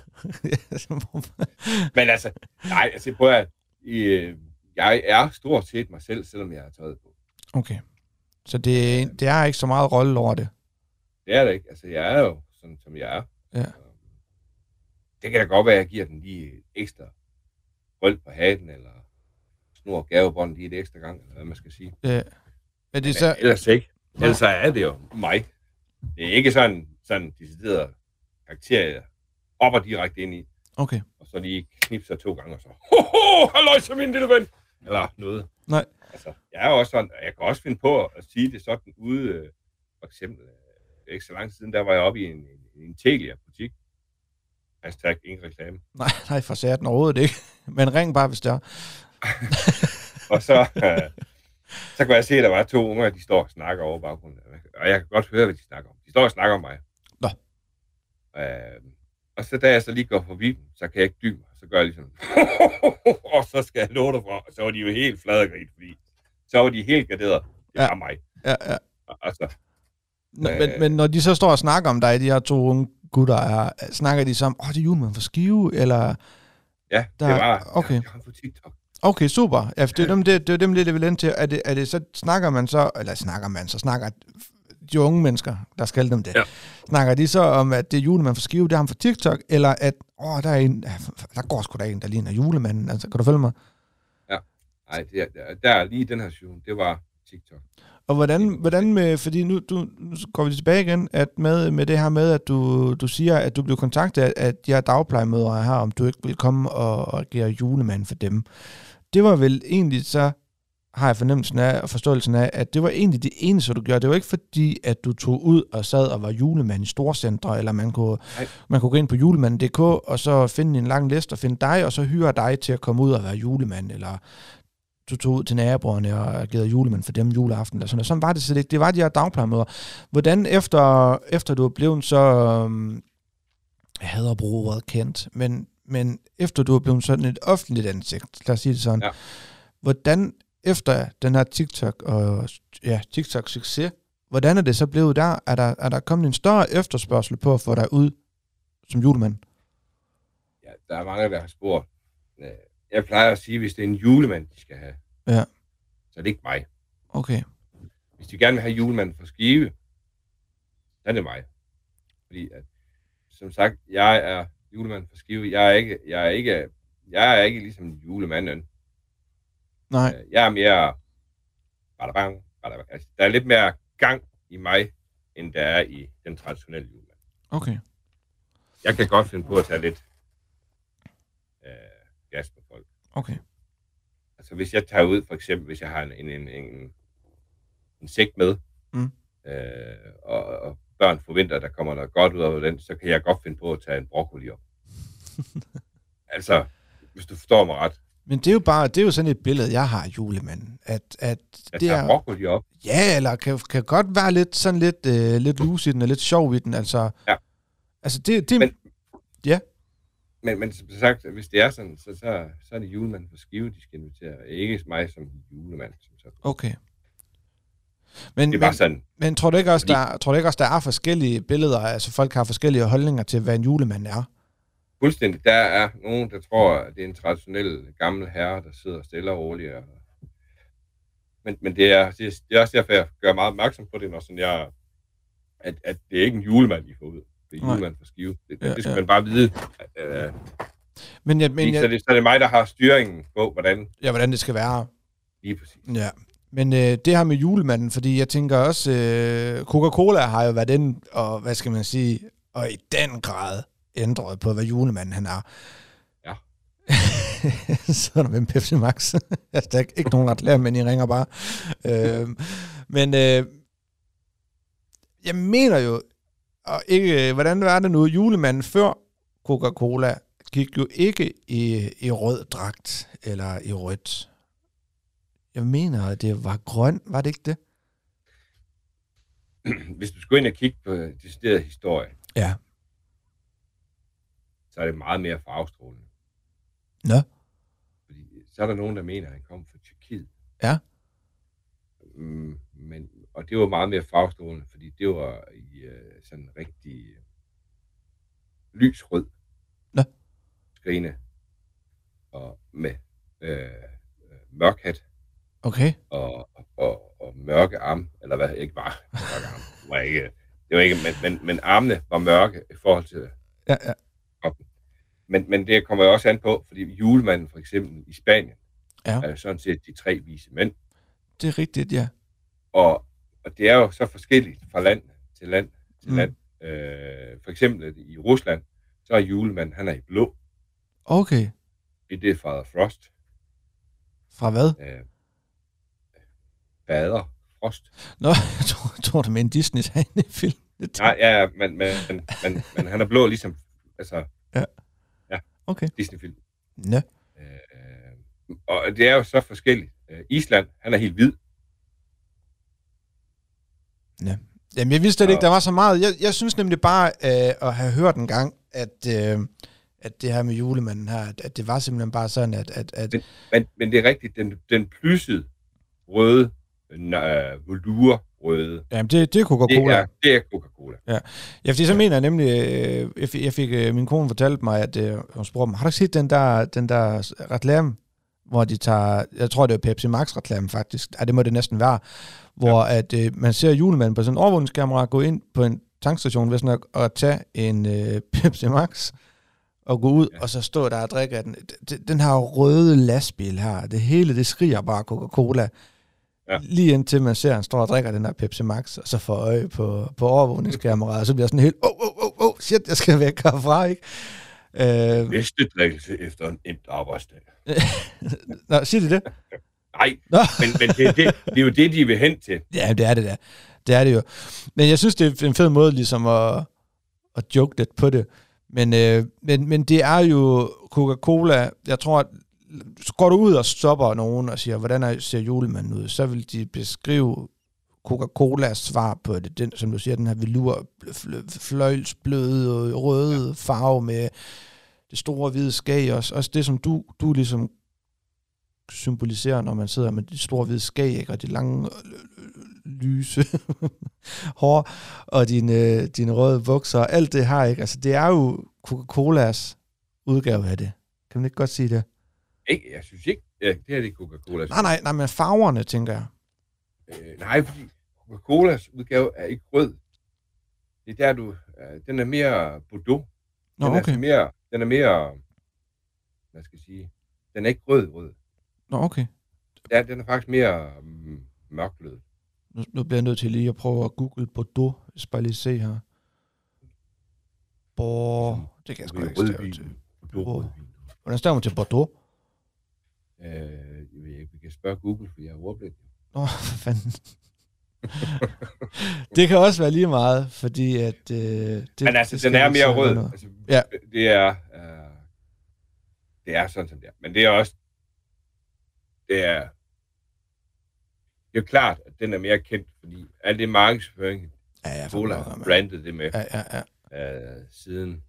Men altså, nej, altså prøv at jeg er stort set mig selv, selvom jeg har tøjet på. Okay. Så det er ikke så meget rolle over det? Det er det ikke. Altså, jeg er jo sådan, som jeg er. Ja. Det kan da godt være, at jeg giver den lige ekstra røl på hatten, eller snor gavebånden lige et ekstra gang, eller hvad man skal sige. Ja. Er det så... Ellers ikke. Ellers er det jo mig. Det er ikke sådan decideret karakter, hopper direkte ind i. Okay. Og så lige knipser 2 gange, og så, halløj, så min lille ven! Eller noget. Nej. Altså, jeg er også sådan, jeg kan også finde på at sige det sådan ude, for eksempel, ikke så lang tid siden, der var jeg oppe i en Telia-butik. Hashtag ingen reklame. Nej, for satan overhovedet ikke. Men ring bare, hvis det er. Og så kan jeg se, at der var 2 unger, de står og snakker over baggrunden. Og jeg kan godt høre, hvad de snakker om. De står og snakker om mig. Nå. Og så da jeg så lige går forbi dem, så kan jeg ikke dybe mig. Så gør jeg ligesom, og så skal jeg love dig for. Og så var de jo helt fladegrit, fordi så var de helt garderet. Det var mig. Ja. Altså, men når de så står og snakker om dig, de her 2 unge gutter, snakker de så om, det er julemanden for Skive, eller... Ja, det var okay. Jeg på TikTok. Okay, super. Ja, det er dem lidt, jeg vil ind til. Er det så, snakker de unge mennesker, der skal dem det, snakker de så om, at det er julemanden for Skive, det er ham for TikTok, eller at, der går sgu da en, der ligner julemanden, altså, kan du følge mig? Ja, nej, der lige den her show, det var TikTok. Og hvordan med, fordi nu går vi tilbage igen, at med det her med, at du siger, at du blev kontaktet af de her dagplejemødre her, om du ikke vil komme og agere julemand for dem. Det var vel egentlig så, har jeg fornemmelsen af og forståelsen af, at det var egentlig det eneste, du gjorde. Det var ikke fordi, at du tog ud og sad og var julemand i storcentre, eller man kunne gå ind på julemanden.dk og så finde en lang liste og finde dig, og så hyre dig til at komme ud og være julemand, eller du tog ud til naboerne og agerede julemand for dem juleaften, eller sådan noget. Sådan var det så ikke. Det var de her dagplejemøder. Hvordan efter du er blevet så, jeg hader at bruge ordet kendt, men efter du er blevet sådan et offentligt ansigt, lad os sige det sådan, hvordan efter den her TikTok-succes, hvordan er det så blevet der? Er der kommet en større efterspørgsel på at få dig ud som julemand? Ja, der er mange, der har spurgt. Jeg plejer at sige, hvis det er en julemand, de skal have, så er det ikke mig. Okay. Hvis de gerne vil have julemand for Skive, så er det mig. Fordi, at, som sagt, jeg er julemand for Skive. Jeg er ikke ligesom julemanden. Nej. Jeg er mere badabang. Altså, der er lidt mere gang i mig, end der er i den traditionelle julemand. Okay. Jeg kan godt finde på at tage lidt gas på folk. Okay. Altså hvis jeg tager ud, for eksempel, hvis jeg har en sæk med, og børn forventer, at der kommer noget godt ud af den, så kan jeg godt finde på at tage en broccoli op. Altså, hvis du forstår mig ret. Men det er jo sådan et billede, jeg har af julemanden. At det er broccoli op. Ja, eller kan godt være lidt sådan lidt loose i den, og lidt sjov i den, altså. Ja. Altså det ja. Men som sagt, hvis det er sådan, så er det julemanden for Skive, de skal invitere. Ikke mig som julemand. Som sådan. Okay. Det er bare sådan. Men tror du ikke også, der er forskellige billeder, altså folk har forskellige holdninger til, hvad en julemand er? Fuldstændig. Der er nogen, der tror, at det er en traditionel gammel herre, der sidder stille og roligt. Men det er også derfor, jeg gør meget opmærksom på det, når sådan at det er ikke en julemand, I får ud. Det er julemand for Skive. Det skal man bare vide. Så er det mig, der har styringen på, hvordan det skal være. Lige præcis. Ja. Men det her med julemanden, fordi jeg tænker også, Coca-Cola har jo været den, og hvad skal man sige, og i den grad ændret på, hvad julemanden han er. Ja. Så er der med en Pepsi Max. Der er ikke nogen reklame, men I ringer bare. Men jeg mener jo, og ikke, hvordan var det nu, julemanden før Coca-Cola gik jo ikke i rød dragt, eller i rødt. Jeg mener, at det var grøn, var det ikke det? Hvis du skulle ind og kigge på decideret historie, ja, så er det meget mere farvestrålende. Nå. Fordi så er der nogen, der mener, at han kom fra Tyrkiet. Ja. Og det var meget mere farvestrålende, fordi det var i sådan rigtig lysrød skrine og med mørkhat. Okay. Og mørke arme, eller hvad, ikke bare mørke arme. Det var ikke, men armene var mørke i forhold til kroppen. Men det kommer jo også an på, fordi julemanden for eksempel i Spanien er sådan set de 3 vise mænd. Det er rigtigt, ja. Og det er jo så forskelligt fra land til land til land. For eksempel i Rusland, så er julemanden, han er i blå. Okay. Det er Father Frost. Fra hvad? Fader Frost. Nå, jeg tror det med en Disney-film. Nej, ja, men han er blå ligesom, altså, okay. Disney-film. Ja. Og det er jo så forskelligt. Island, han er helt hvid. Ja. Jamen, jeg vidste ikke, der var så meget. Jeg synes nemlig bare at have hørt en gang, at det her med julemanden her, at det var simpelthen bare sådan, at... Men det er rigtigt, den plyssede røde, volurrøde. Jamen, det er Coca-Cola. Det er Coca-Cola. Ja, fordi så mener jeg nemlig, jeg fik min kone fortalte mig, at hun spurgte mig, har du ikke set den der reklame, hvor de tager, jeg tror det er Pepsi Max reklame faktisk, det må det næsten være, hvor at man ser julemanden på sådan en overvågningskamera gå ind på en tankstation og tage en Pepsi Max og gå ud og så stå der og drikke af den her røde lastbil her. Det hele, det skriger bare Coca-Cola. Lige indtil man ser, at han står og drikker den her Pepsi Max, og så får øje på overvågningskameraet, og så bliver sådan helt, shit, jeg skal væk herfra, ikke? Bedste drikkelse efter en endt arbejdsdag. Nå, siger de det? Nej, men det er jo det, de vil hen til. Ja, det er det da. Det er det jo. Men jeg synes, det er en fed måde ligesom at joke lidt på det. Men det er jo Coca-Cola. Jeg tror, at så går du ud og stopper nogen og siger, hvordan ser julemanden ud, så vil de beskrive Coca-Colas svar på det. Den, som du siger, den her velur, fløjlsbløde, røde farve med det store hvide skæg. Også det, som du ligesom symboliserer, når man sidder med de store hvide skæg, ikke? Og de lange lyse hår, og dine røde bukser, og alt det her, ikke? Altså, det er jo Coca-Colas udgave af det. Kan man ikke godt sige det? Ikke, jeg synes ikke, det her det er Coca-Colas. Nej, men farverne, tænker jeg. Nej, fordi Coca-Colas udgave er ikke rød. Det er der, den er mere Bordeaux. Nå, okay. Den er mere, hvad skal jeg sige, den er ikke rød. Nå, okay. Ja, den er faktisk mere mørklød. Nu bliver jeg nødt til lige at prøve at google Bordeaux. Jeg skal bare lige se her. Det kan jeg sgu ikke stave til. Hvordan staver man til Bordeaux? Vi kan spørge Google, for jeg er ordblind. Nå, hvad fanden. Det kan også være lige meget, fordi at... Men altså, den er mere rød. Altså, ja. Det er sådan, som det er. Men det er også... Det er jo klart, at den er mere kendt, fordi alt det markedsføring, Cola har brandet det med siden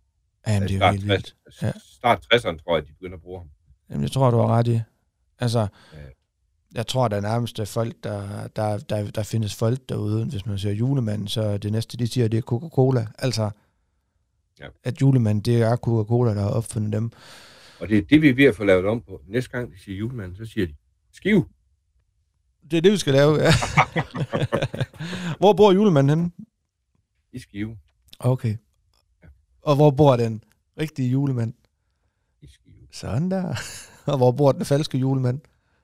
start 60'erne, tror jeg, de begynder at bruge ham. Jamen, jeg tror, du har ret i. Altså, jeg tror, der er nærmest folk, der findes folk derude, hvis man siger julemanden, så det næste, de siger, det er Coca-Cola. Altså, at julemanden, det er Coca-Cola, der har opfundet dem. Og det er det, vi er ved at få lavet om på. Næste gang, de siger julemanden, så siger de, Skive. Det er det, vi skal lave, ja. Hvor bor julemanden henne? I Skive. Okay. Og hvor bor den rigtige julemand? I Skive. Sådan der. Og hvor bor den falske julemand?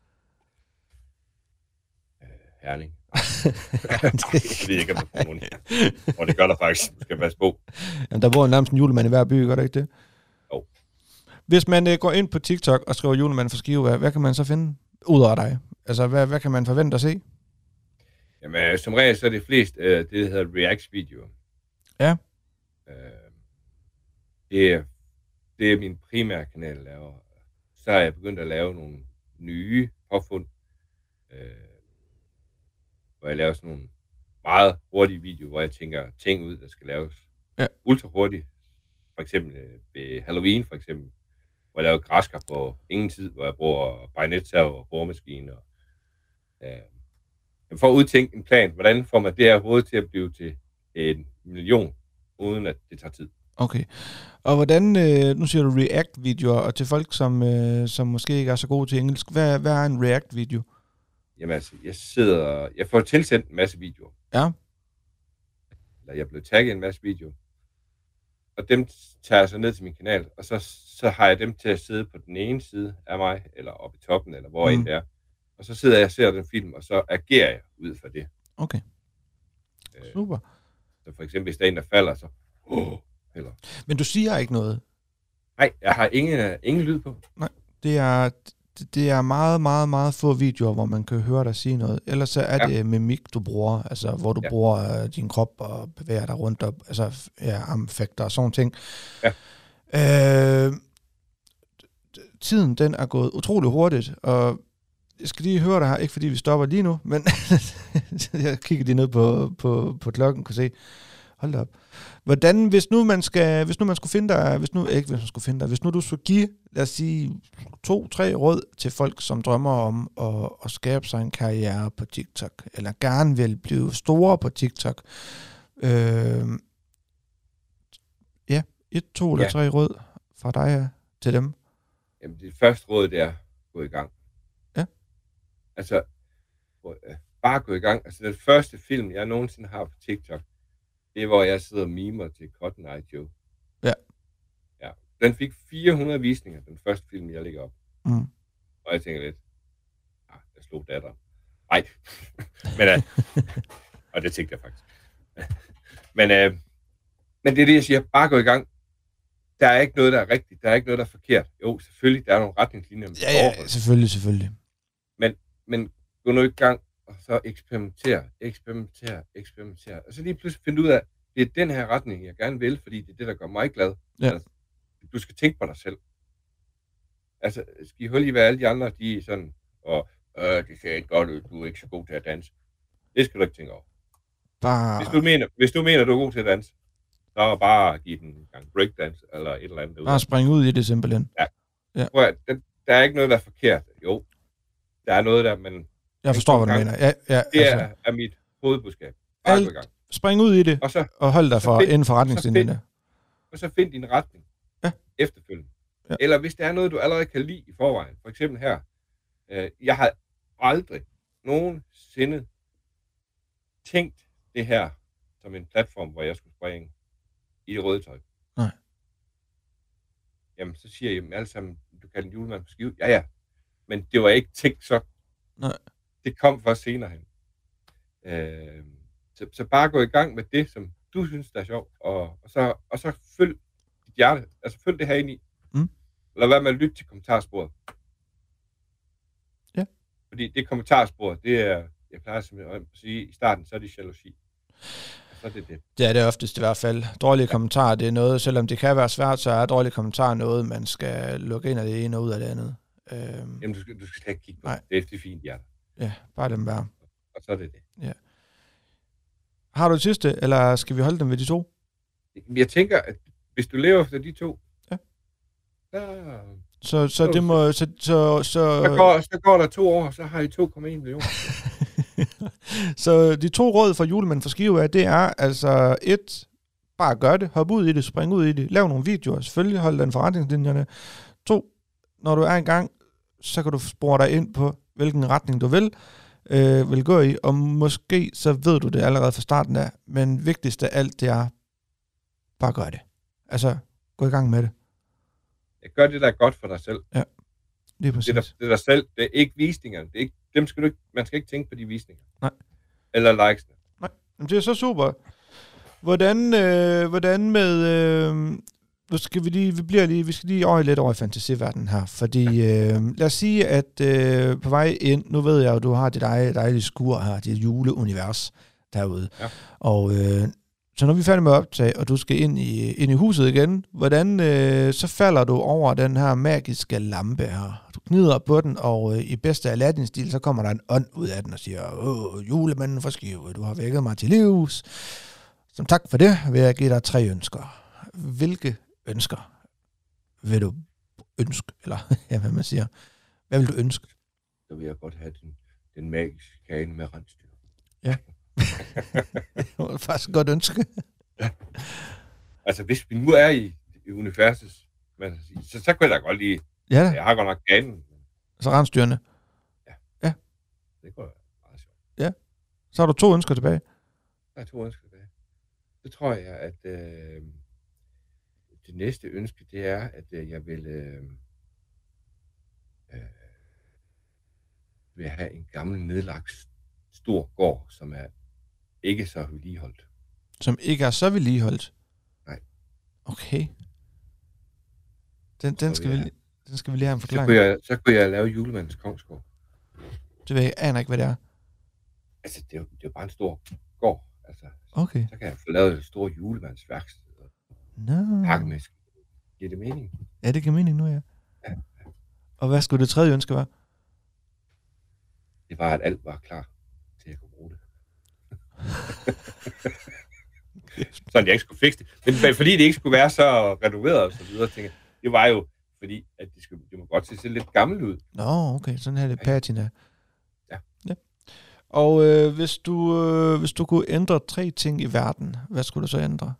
Herning. Jeg ved ikke, om der er nogen her. Og det gør der faktisk. Du skal passe på. Jamen, der bor nærmest en julemand i hver by, gør der ikke det? Jo. Hvis man går ind på TikTok og skriver julemanden for Skive, hvad kan man så finde ud af dig? Altså, hvad kan man forvente at se? Jamen, som regel så er det flest, det hedder reacts-videoer. Ja. Det er min primære kanal, jeg laver. Så er jeg begyndt at lave nogle nye påfund, hvor jeg laver sådan nogle meget hurtige videoer, hvor jeg tænker ting ud, der skal laves ultra hurtigt. For eksempel ved Halloween, for eksempel, hvor jeg laver græsker på ingen tid, hvor jeg bruger bajonetserv og boremaskine. Jeg får udtænkt en plan, hvordan får man det her hoved til at blive til 1 million, uden at det tager tid. Okay. Og hvordan, nu siger du React-videoer, og til folk, som måske ikke er så gode til engelsk, hvad er en React-video? Jamen altså, jeg får tilsendt en masse videoer. Ja. Eller jeg blev tagget en masse videoer. Og dem tager jeg så ned til min kanal, og så har jeg dem til at sidde på den ene side af mig, eller oppe i toppen, eller hvor end det er. Og så sidder jeg og ser den film, og så agerer jeg ud fra det. Okay. Super. Så for eksempel, hvis der er en, der falder, så... eller. Men du siger ikke noget? Nej, jeg har ingen lyd på. Nej, det er meget, meget, meget få videoer, hvor man kan høre dig sige noget. Ellers så er det mimik, du bruger, altså hvor du bruger din krop og bevæger dig rundt, og, altså armfægter og sådan ting. Ja. Tiden, den er gået utrolig hurtigt, og jeg skal lige høre dig her, ikke fordi vi stopper lige nu, men jeg kigger lige ned på klokken, kan se. Hold da op. Hvordan, hvis nu du skulle give, lad os sige, 2-3 råd til folk, som drømmer om at skabe sig en karriere på TikTok, eller gerne vil blive store på TikTok. 1, 2 eller 3 råd fra dig til dem. Jamen, det første råd, det er at gå i gang. Ja. Altså, bare gå i gang. Altså, den første film, jeg nogensinde har på TikTok, det er, hvor jeg sidder og mimer til Cotton Eye Joe. Ja. Ja. Den fik 400 visninger, den første film, jeg lægger op. Og jeg tænker lidt, jeg slog datter. Nej. Men, og det tænkte jeg faktisk. Men det er det, jeg siger. Bare gå i gang. Der er ikke noget, der er rigtigt. Der er ikke noget, der er forkert. Jo, selvfølgelig. Der er nogle retningslinjer, man skal overholde. Selvfølgelig. Men gå nu i gang, og så eksperimentere. Og så lige pludselig finde ud af, det er den her retning, jeg gerne vil, fordi det er det, der gør mig glad. Ja. Altså, du skal tænke på dig selv. Altså, skal I holde i, hvad alle de andre, de er sådan, og det ser ikke godt ud, du er ikke så god til at danse. Det skal du ikke tænke over. Hvis du mener, du er god til at danse, så bare give den en gang breakdance, eller et eller andet. Bare springe ud i det simpelthen. Ja. Der er ikke noget, der er forkert. Jo, der er noget, der, men... Jeg forstår, hvad du mener. Det er mit hovedbudskab. Bare gå i gang. Spring ud i det, og hold dig inden for retningslinjerne. Og så find din retning efterfølgende. Ja. Eller hvis der er noget, du allerede kan lide i forvejen. For eksempel her. Jeg har aldrig nogensinde tænkt det her som en platform, hvor jeg skulle springe i det røde tøj. Nej. Jamen, så siger jeg dem alle sammen, du kan en julemand på Skive. Ja. Men det var ikke tænkt så. Nej. Det kom først senere hen. Så bare gå i gang med det, som du synes, der er sjovt, og så følg dit hjerte. Altså følg det her ind i. Lad være med at lytte til kommentarsporet. Ja. Fordi det kommentarspor, det er, jeg plejer simpelthen at sige, i starten, så er det jalousi. Og så er det det. Det er det oftest i hvert fald. Dårlige kommentarer, det er noget, selvom det kan være svært, så er dårlige kommentarer noget, man skal lukke ind af det ene og ud af det andet. Jamen, du skal slet ikke kigge på det. Det er fint, hjerte. Ja, bare dem være. Og så er det det. Ja. Har du et sidste, eller skal vi holde dem ved de to? Jeg tænker, at hvis du lever efter de to, så det må... Så går der 2 år, så har I 2,1 millioner. Så de 2 råd fra Julemanden fra Skive det er altså 1, bare gør det, hop ud i det, spring ud i det, lav nogle videoer, selvfølgelig hold den forretningslinjerne. 2, når du er i gang, så kan du spore dig ind på, hvilken retning du vil gå i, og måske så ved du det allerede fra starten af, men vigtigst af alt, det er, bare gør det. Altså, gå i gang med det. Jeg gør det, der er godt for dig selv. Ja, lige præcis. Det er dig selv, det er ikke visningerne. Det er ikke, dem skal du ikke, man skal ikke tænke på de visninger. Nej. Eller likesene. Nej, det er så super. Hvordan med... Nu skal vi skal lige over lidt over i fantasiverdenen her, fordi lad os sige, at på vej ind, nu ved jeg jo, du har dit dejlige skur her, dit juleunivers derude, og så når vi er færdige med at optage, og du skal ind i huset igen, hvordan så falder du over den her magiske lampe her? Du knider på den, og i bedste Aladdin-stil, så kommer der en ånd ud af den og siger, julemanden fra Skive, du har vækket mig til livs. Som tak for det, vil jeg give dig 3 ønsker. Hvilke ønsker vil du ønske? Eller hvad man siger. Hvad vil du ønske? Så vil jeg godt have den magiske kane med rensdyr. Ja. Det var faktisk et godt ønske. Ja. Altså, hvis vi nu er i universet, så kan jeg da godt lide. Ja. Jeg har godt nok ganen. Så rensdyrene? Ja. Det går meget sjovt. Ja. Så har du 2 ønsker tilbage. Der er 2 ønsker tilbage. Så tror jeg, at det næste ønske, det er, at jeg vil have en gammel nedlagt stor gård, som er ikke så vedligeholdt. Som ikke er så vedligeholdt? Nej. Okay. Den skal vi lige have en forklaring. Så kunne jeg lave julemandens kongsgård. Det ved jeg aner ikke, hvad det er. Altså, det er jo bare en stor gård. Altså, okay. Så kan jeg få lavet et stort julemandsværksted. Pakkemaskine. Giver det mening? Ja, det giver mening nu, ja. Og hvad skulle det 3. ønske være? Det var, at alt var klar til at kunne bruge det. Sådan jeg ikke skulle fikse det. Men fordi det ikke skulle være så renoveret og så videre, tænker jeg, det var jo fordi, at det må godt se lidt gammelt ud. Nå, okay. Sådan her det patina. Ja. Og hvis du kunne ændre 3 ting i verden, hvad skulle du så ændre?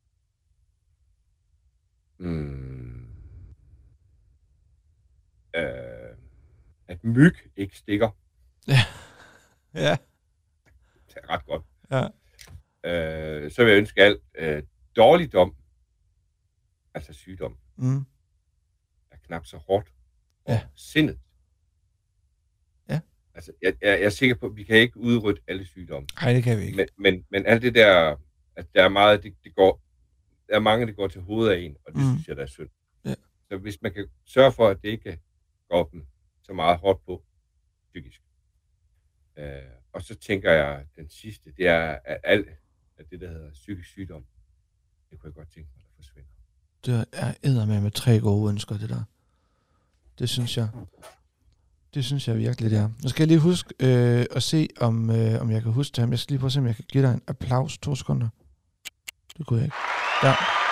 At myg ikke stikker. Ja. Det er ret godt. Ja. Så vil jeg ønske alt dårligdom, altså sygdom, er knap så hårdt. Og sindet Altså, jeg er sikker på, at vi kan ikke udrydde alle sygdomme. Nej, det kan vi ikke. Men alt det der, at der er meget, der er mange, det går til hovedet af en, og det synes jeg, der er synd. Ja. Så hvis man kan sørge for, at det ikke går dem så meget hårdt på psykisk. Og så tænker jeg, den sidste, det er, at alt det, der hedder psykisk sygdom, det kunne jeg godt tænke mig, der forsvinder. Det er eddermame med 3 gode ønsker, det der. Det synes jeg. Det synes jeg virkelig, det er. Nu skal jeg lige huske at se, om jeg kan huske det her. Jeg skal lige prøve at se, om jeg kan give dig en applaus. 2 sekunder. Det kunne jeg ikke. Ja.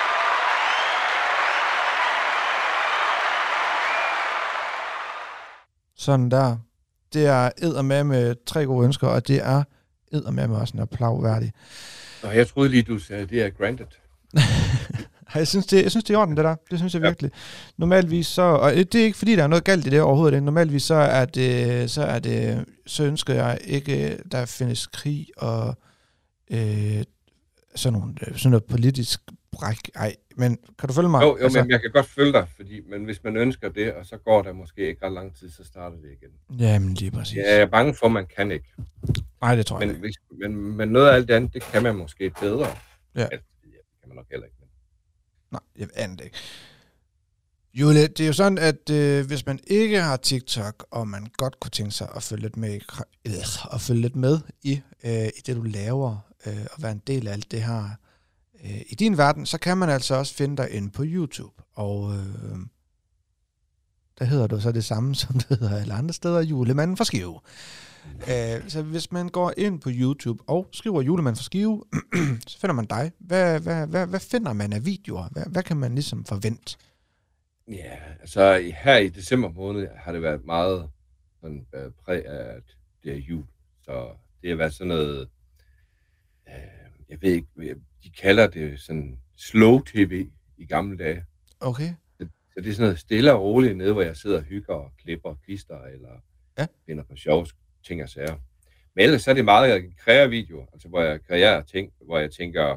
Sådan der. Det er eddermame med 3 gode ønsker, og det er eddermame også en applaus værdig. Nå, jeg troede lige, du sagde, det er granted. Jeg synes, det er i orden, det der. Det synes jeg virkelig. Normalvis så, og det er ikke fordi, der er noget galt i det overhovedet. Normalvis så ønsker jeg ikke, der findes krig og sådan noget politisk bræk. Ej, men kan du følge mig? Jo, men jeg kan godt følge dig, men hvis man ønsker det, og så går der måske ikke ret lang tid, så starter det igen. Jamen, lige præcis. Jeg er bange for, at man kan ikke. Nej, det tror jeg ikke. Men noget af alt det andet, det kan man måske bedre. Ja. Det kan man nok heller ikke. Nej, jeg aner det ikke. Jule, det er jo sådan, at hvis man ikke har TikTok, og man godt kunne tænke sig at følge lidt med i det, du laver, og være en del af alt det her i din verden, så kan man altså også finde dig inde på YouTube. Og der hedder du så det samme, som det hedder alle andre steder, Julemanden fra Skive. Så hvis man går ind på YouTube og skriver Julemanden fra Skive, så finder man dig. Hvad finder man af videoer? Hvad kan man ligesom forvente? Ja, altså her i december måned har det været meget sådan, præg af, at det er jul. Så det har været sådan noget, jeg ved ikke, de kalder det sådan slow tv i gamle dage. Okay. Så det er sådan noget stille og roligt nede, hvor jeg sidder og hygger og klipper klister, eller finder på sjove ting og sager. Men ellers så er det meget kreative videoer, altså hvor jeg kreerer ting, hvor jeg tænker,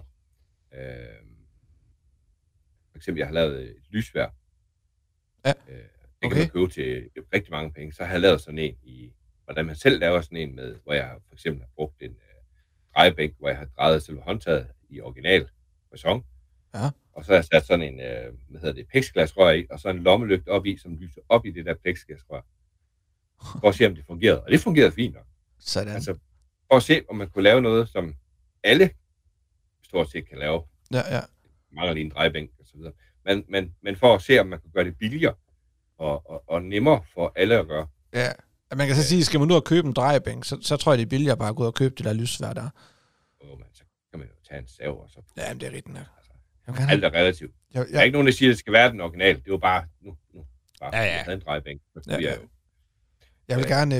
for eksempel jeg har lavet et lysvær. Ja. Det kan man købe til rigtig mange penge. Så har jeg lavet sådan en hvordan man selv laver sådan en med, hvor jeg for eksempel har brugt en drejebænk, hvor jeg har drejet selve håndtaget i original facon. Ja. Og så har jeg sat sådan en, plexiglasrør i, og så en lommelygte op i, som lyser op i det der plexiglasrør. For at se, om det fungerede. Og det fungerede fint nok. Sådan. Altså, for at se, om man kunne lave noget, som alle stort set kan lave. Ja. Mangler lige en drejebænk og så videre. Men for at se, om man kunne gøre det billigere og nemmere for alle at gøre. Ja, man kan så sige, skal man nu have købe en drejebænk, så tror jeg, det er billigere bare at gå ud og købe det der lysvær der. Men så kan man jo tage en sav og så... Ja, men det er rigtigt nok. Altså, alt er relativt. Der er ikke nogen, der siger, at det skal være den original. Det var bare nu. Bare jeg havde en drejebænk. Jeg vil gerne...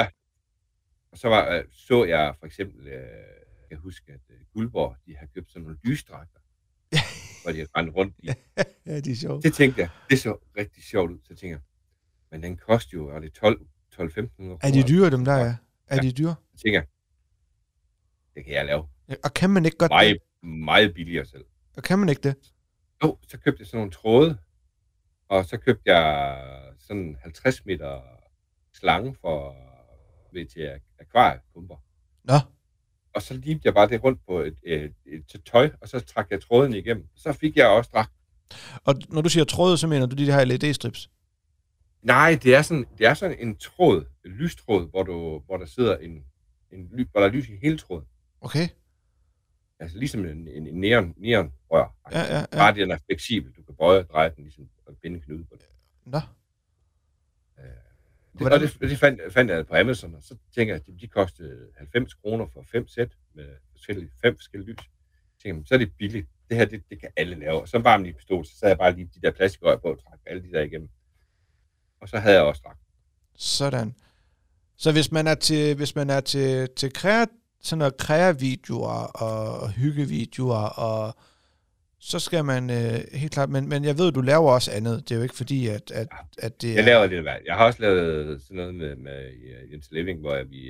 Så jeg for eksempel... jeg kan huske, at Guldborg, de har købt sådan nogle lysdragter. Hvor de har rendt rundt i. Ja, de er sjovt. Det tænkte jeg, det så rigtig sjovt ud. Så tænker jeg, men den koster jo, og det er 12-1500 kroner. Er de dyre, dem der, ja? Er de dyre? Så tænker jeg, det kan jeg lave. Ja, og kan man ikke godt det? Meget billigere selv. Og kan man ikke det? Jo, så købte jeg sådan nogle tråde, og så købte jeg sådan 50 meter slange til akvariepumper. Nå. Og så limte jeg bare det rundt på et tøj, og så trak jeg tråden igennem. Så fik jeg også dragt. Og når du siger tråde, så mener du de her LED-strips? Nej, det er sådan en tråd, en lystråd, hvor der sidder hvor der er lys i hele tråden. Okay. Altså ligesom en neonrør. Ja. Bare den er fleksibel. Du kan bøje og dreje den, ligesom og binde knude på det. Nå. Det fandt jeg på Amazon, og så tænker jeg, at de kostede 90 kroner for 5 sæt med 5 forskellige lys. Så tænker jeg, så er det billigt. Det her, det kan alle lave. Og så var min pistol, så sad jeg bare lige de der plastikrør på og trak alle de der igennem. Og så havde jeg også dragt. Sådan. Så hvis man er til sådan noget kreavideoer og hyggevideoer, og så skal man helt klart, men jeg ved, du laver også andet. Det er jo ikke fordi, at det er... Jeg laver lidt værd. Jeg har også lavet sådan noget med Jens Living, hvor vi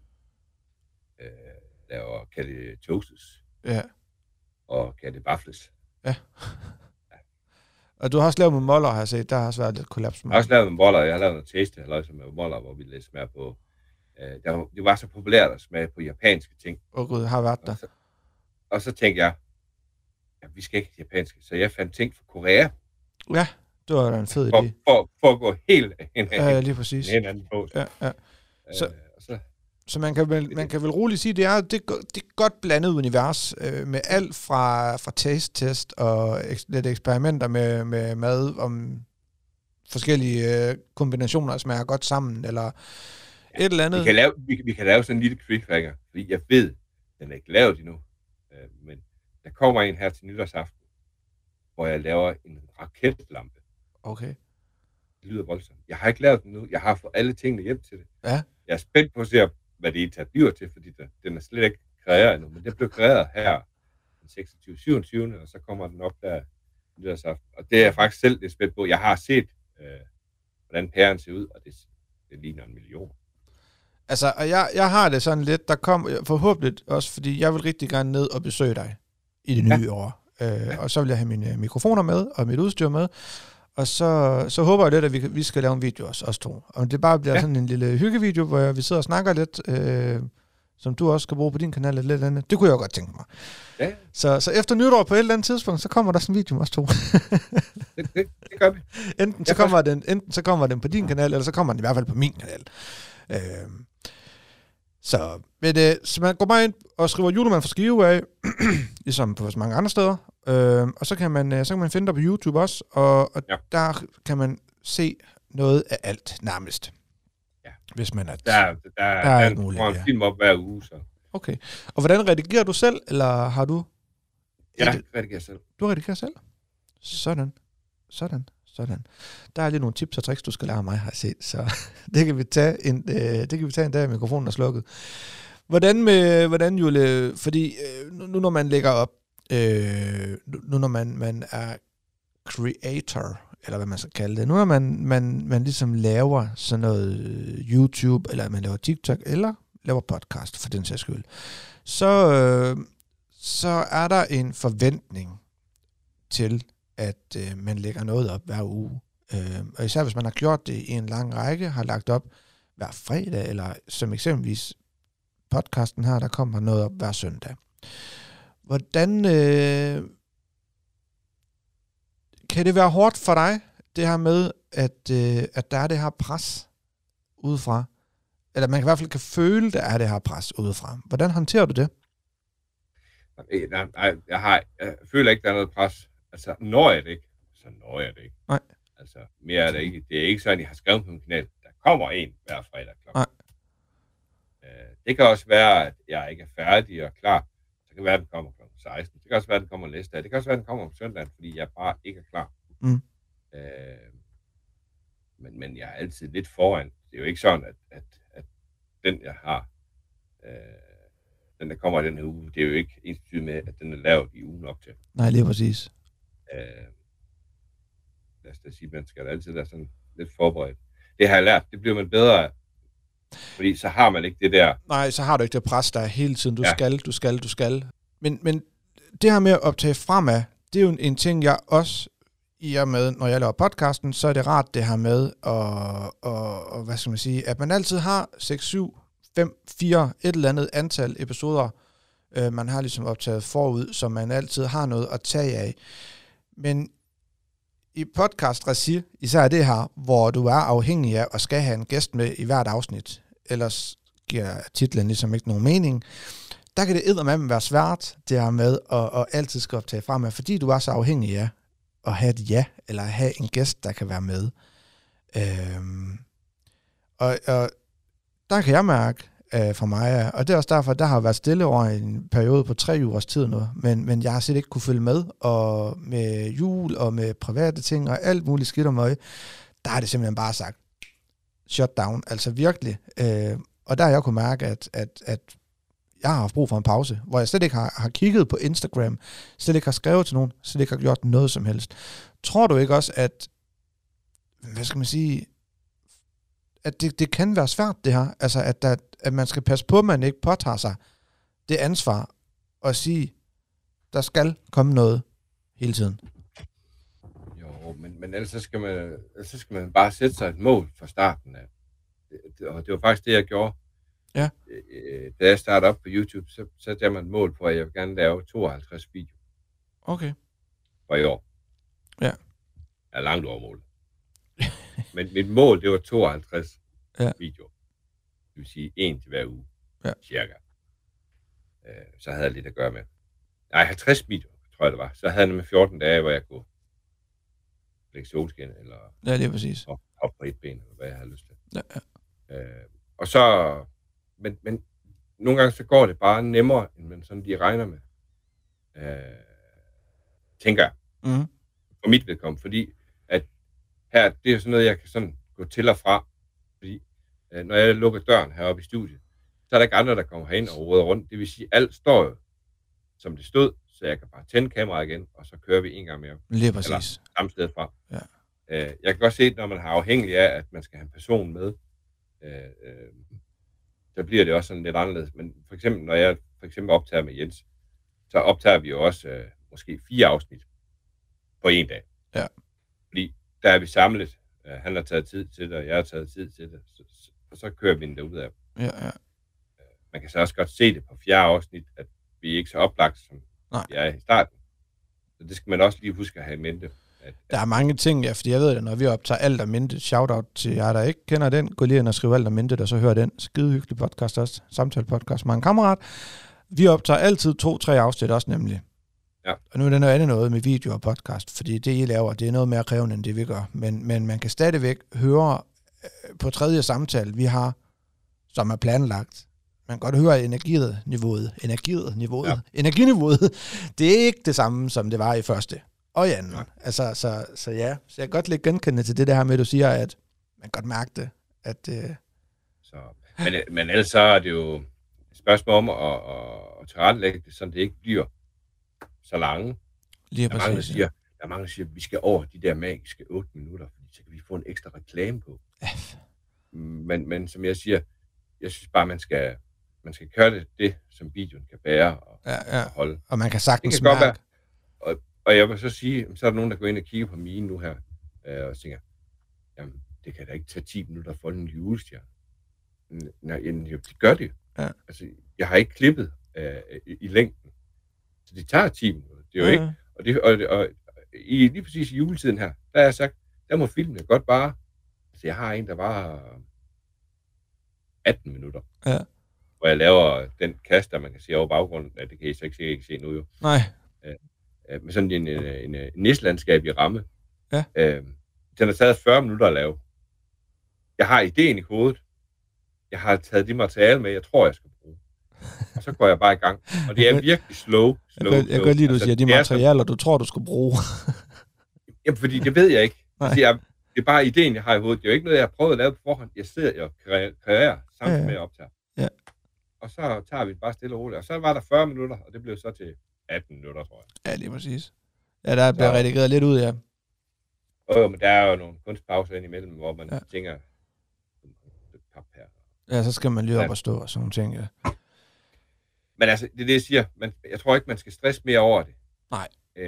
laver kalde toasts. Ja. Og kalde waffles. Ja. Og du har også lavet med moller, har jeg set. Der har også været lidt kollaps med. Jeg har også lavet med moller. Jeg har lavet noget taste, med moller, hvor vi lidt smager på Det var så populært at smage på japanske ting. Gud, har været der. Og så tænkte jeg, vi skal ikke japanske, så jeg fandt ting fra Korea. Ja, det var da en fed idé. For at gå helt lige præcis. En anden på. Ja. Så man kan vel roligt sige, det er et godt blandet univers med alt fra taste-test og lidt eksperimenter med mad om forskellige kombinationer, der smager godt sammen, eller et eller andet. Vi kan lave sådan en lille quickfanger, fordi jeg ved, den er ikke lavet endnu, men der kommer en her til nytårsaften, hvor jeg laver en raketlampe. Okay. Det lyder voldsomt. Jeg har ikke lavet den nu. Jeg har fået alle tingene hjem til det. Ja. Jeg er spændt på at se, hvad det egentlig bliver til, fordi den er slet ikke kreeret endnu. Men det blev kreeret her den 26. 27. og så kommer den op der nytårsaften. Og det er jeg faktisk selv lidt spændt på. Jeg har set, hvordan pæren ser ud, og det ligner 1 million. Altså, og jeg har det sådan lidt, der kom forhåbentlig også, fordi jeg vil rigtig gerne ned og besøge dig i det nye år. Og så vil jeg have mine mikrofoner med, og mit udstyr med. Og så håber jeg lidt, at vi skal lave en video også, os to. Og det bare bliver sådan en lille hyggevideo, hvor vi sidder og snakker lidt, som du også skal bruge på din kanal lidt andet. Det kunne jeg godt tænke mig. Ja. Så efter nytår på et eller andet tidspunkt, så kommer der sådan en video med os to. det gør vi. Enten så kommer den på din kanal, eller så kommer den i hvert fald på min kanal. Så man går bare ind og skriver Julemand fra Skive af, ligesom på så mange andre steder. Og så kan man finde dig på YouTube også, og der kan man se noget af alt nærmest. Ja. Hvis man der er en film op hver uge. Så. Okay. Og hvordan redigerer du selv, eller har du... Jeg redigerer selv. Du redigerer selv? Sådan. Der er lige nogle tips og tricks, du skal lære mig, har jeg set, så det kan vi tage en dag, mikrofonen er slukket. Hvordan Jule, fordi nu når man lægger op, nu når man er creator, eller hvad man skal kalde det, nu når man ligesom laver sådan noget YouTube, eller man laver TikTok, eller laver podcast, for den sags skyld, så er der en forventning til, at man lægger noget op hver uge. Og især hvis man har gjort det i en lang række, har lagt op hver fredag, eller som eksempelvis podcasten her, der kommer noget op hver søndag. Hvordan kan det være hårdt for dig, det her med, at der er det her pres udefra? Eller man i hvert fald kan føle, der er det her pres udefra. Hvordan håndterer du det? Nej, jeg føler ikke, der er noget pres. Altså, når jeg det ikke, så når jeg det ikke. Nej. Altså, mere er det ikke. Det er ikke sådan, at jeg har skrevet på min kanal. Der kommer en hver fredag klokken. Nej. Det kan også være, at jeg ikke er færdig og klar. Så kan det være, at den kommer klokken 16. Det kan også være, at den kommer næste dag. Det kan også være, at den kommer om søndagen, fordi jeg bare ikke er klar. Mm. Men jeg er altid lidt foran. Det er jo ikke sådan, at den, jeg har, den, der kommer i den her uge, det er jo ikke ensbetydende med, at den er lavet i ugen op til. Nej, lige præcis. Lad os da sige, man skal da altid være sådan lidt forberedt. Det har jeg lært. Det bliver man bedre af. Fordi så har man ikke det der... Nej, så har du ikke det pres, der hele tiden. Du skal. Men det her med at optage fremad, det er jo en ting, jeg også i og med, når jeg laver podcasten, så er det rart det her med, og hvad skal man sige, at man altid har 6, 7, 5, 4, et eller andet antal episoder, man har ligesom optaget forud, så man altid har noget at tage af. Men i podcast-regi, især det her, hvor du er afhængig af og skal have en gæst med i hvert afsnit, ellers giver titlen ligesom ikke nogen mening, der kan det eddermame være svært, det her med at altid skal optage fremad, fordi du er så afhængig af at have et ja, eller have en gæst, der kan være med. Og der kan jeg mærke for mig, og det er også derfor, der har været stille over en periode på 3 ugers tid nu, men jeg har set ikke kunne følge med, og med jul, og med private ting, og alt muligt skidt og møg, der har det simpelthen bare sagt, shut down, altså virkelig. Og der har jeg kunne mærke, at jeg har haft brug for en pause, hvor jeg slet ikke har kigget på Instagram, slet ikke har skrevet til nogen, slet ikke har gjort noget som helst. Tror du ikke også, at, hvad skal man sige, at det kan være svært det her, altså at man skal passe på, at man ikke påtager sig det ansvar og sige, der skal komme noget hele tiden? Jo, men ellers så skal man bare sætte sig et mål fra starten af. Og det var faktisk det, jeg gjorde. Ja. Da jeg startede op på YouTube, så satte jeg mig et mål på, at jeg vil gerne lave 52 videoer. Okay. For i år. Ja. Jeg er langt over målet. Men mit mål, det var 52 videoer. Det vil sige 1 til hver uge. Ja. Cirka. Så havde jeg lidt at gøre med. Nej, 50 videoer, tror jeg det var. Så havde jeg med 14 dage, hvor jeg kunne lægge solskin, eller lige præcis. Hoppe på et ben, eller hvad jeg havde lyst til. Ja. Og så... Men nogle gange så går det bare nemmere, end man sådan lige regner med. Tænker jeg. Mm. For mit vedkommende. Fordi at her, det er sådan noget, jeg kan sådan gå til og fra. Fordi når jeg lukker døren heroppe i studiet, så er der ikke andre, der kommer herind og råder rundt. Det vil sige, alt står jo, som det stod, så jeg kan bare tænde kameraet igen, og så kører vi en gang mere. Lige præcis. Eller samme sted fra. Ja. Jeg kan godt se, når man har afhængig af, at man skal have en person med, så bliver det også sådan lidt anderledes. Men for eksempel, når jeg optager med Jens, så optager vi jo også måske 4 afsnit på en dag. Ja. Fordi der er vi samlet. Han har taget tid til det, og jeg har taget tid til det. Og så kører vi den derudad. Ja. Man kan så også godt se det på 4. afsnit, at vi ikke er så oplagt, som vi er i starten. Så det skal man også lige huske at have i mente. Der er mange ting, fordi jeg ved det, når vi optager Alt om Intet, shout-out til jer, der ikke kender den, gå lige ind og skriv Alt om Intet, og så hør den. Skide hyggelig podcast også, samtale-podcast med en kammerat. Vi optager altid 2-3 afsnit også nemlig. Ja. Og nu er det noget andet noget med video og podcast, fordi det, I laver, det er noget mere krævende, end det vi gør. Men man kan stadigvæk høre på 3. samtale, vi har, som er planlagt. Man kan godt høre energiniveauet. Det er ikke det samme, som det var i første. Og i anden. Ja. Altså, så ja. Så jeg kan godt lidt genkende til det der med, at du siger, at man kan godt mærke det. At, Men ellers så er det jo et spørgsmål om at tilrettelægge det, så det ikke bliver så lange. Lige der er mange, der siger, at vi skal over de der magiske 8 minutter, fordi så kan vi få en ekstra reklame på. Ja. Men som jeg siger, jeg synes bare, man skal køre det som videoen kan bære og holde. Og man kan sagtens mærke. Og jeg vil så sige, så er der nogen, der går ind og kigger på mine nu her, og tænker, jamen, det kan da ikke tage 10 minutter for en julestjerne. Nej, det gør det. Ja. Altså, jeg har ikke klippet i længden. Så det tager 10 minutter. Det er jo ikke. Og lige præcis i juletiden her, der har jeg sagt, der må filmene godt bare. Altså, jeg har en, der var 18 minutter. Ja. Hvor jeg laver den kast, der man kan se over baggrunden. Ja, det kan I så ikke se nu jo. Nej. Med sådan en nislandskab i ramme. Ja. Den har taget 40 minutter at lave. Jeg har ideen i hovedet. Jeg har taget de materiale med, jeg tror, jeg skal bruge. Og så går jeg bare i gang. Og det er virkelig slow. Jeg kan godt lide, du siger, de materialer, du tror, du skal bruge. Jamen, fordi det ved jeg ikke. Altså, det er bare ideen, jeg har i hovedet. Det er jo ikke noget, jeg har prøvet at lave på forhånd. Jeg sidder og kreerer samtidig med at optage. Ja. Og så tager vi det bare stille og roligt. Og så var der 40 minutter, og det blev så til 18 minutter, tror jeg. Ja, lige præcis. Ja, der bliver redigeret lidt ud, ja. Men der er jo nogle kunstpauser indimellem, hvor man tænker, pap her. Ja, så skal man lige op og stå og sådan nogle ting, ja. Men altså, det er det, jeg siger. Jeg tror ikke, man skal stresse mere over det. Nej.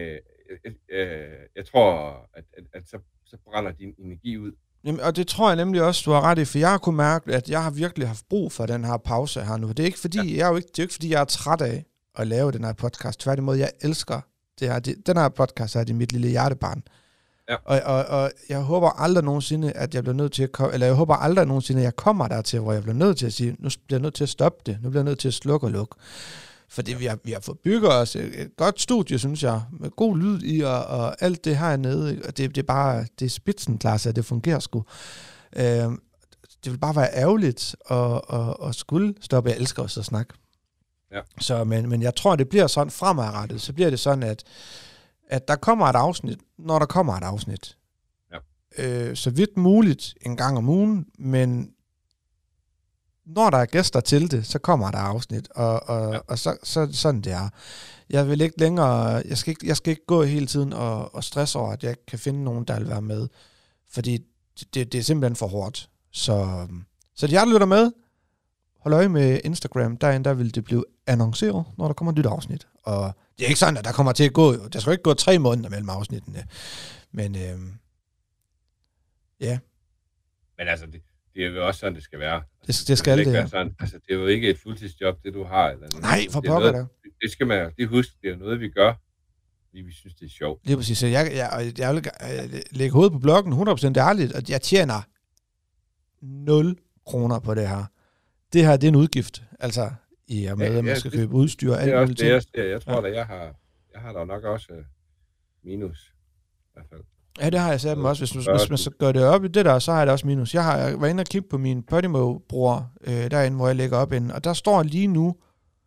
Jeg tror, at så brænder din energi ud. Jamen, og det tror jeg nemlig også, du har ret i, for jeg har kunnet mærke, at jeg har virkelig haft brug for den her pause her nu. Det er ikke fordi, det er jo ikke fordi, jeg er træt af at lave den her podcast. Tværtimod, jeg elsker det her. Den her podcast er det mit lille hjertebarn. Ja. Og jeg håber aldrig nogensinde, at jeg bliver nødt til at komme, eller jeg håber aldrig nogensinde, at jeg kommer dertil, hvor jeg bliver nødt til at sige, nu bliver jeg nødt til at stoppe det, nu bliver jeg nødt til at slukke og lukke. Fordi vi har fået bygget os et godt studie, synes jeg, med god lyd i, og alt det hernede, og det er bare, det er spidsenklasse, at det fungerer sgu. Det vil bare være ærgerligt at skulle stoppe. Jeg elsker også at snakke. Ja. Så, men jeg tror, det bliver sådan fremadrettet, så bliver det sådan, at der kommer et afsnit, når der kommer et afsnit. Ja. Så vidt muligt en gang om ugen, men når der er gæster til det, så kommer der afsnit, og så sådan det er. Jeg vil ikke længere, jeg skal ikke gå hele tiden og stresse over, at jeg ikke kan finde nogen, der vil være med, fordi det er simpelthen for hårdt. Så de lytter med, hold øje med Instagram, der vil det blive annonceret, når der kommer et nyt afsnit. Og det er ikke sådan, at der kommer til at gå, der skal ikke gå 3 måneder mellem afsnittene, men ja. Men altså, det er jo også sådan, det skal være. Det skal ikke det, være sådan. Altså, det er jo ikke et fuldtidsjob, det du har. Eller noget. Nej, for Det er pokker noget- da. Det skal man jo lige huske. Det er noget, vi gør, fordi vi synes, det er sjovt. Lige præcis. Så jeg vil lægge hovedet på blokken 100% ærligt, og jeg tjener 0 kroner på det her. Det her, det er en udgift. Altså, i og med, at man skal købe udstyr og Det er alt også muligt det, ting. jeg ser. Jeg tror da, jeg har da nok også minus. I hvert fald. Ja, det har jeg sagt dem også. Hvis man så gør det op i det der, så har jeg det også minus. Jeg har været inde og kigge på min Podimo-bror, derinde, hvor jeg lægger op inden, og der står lige nu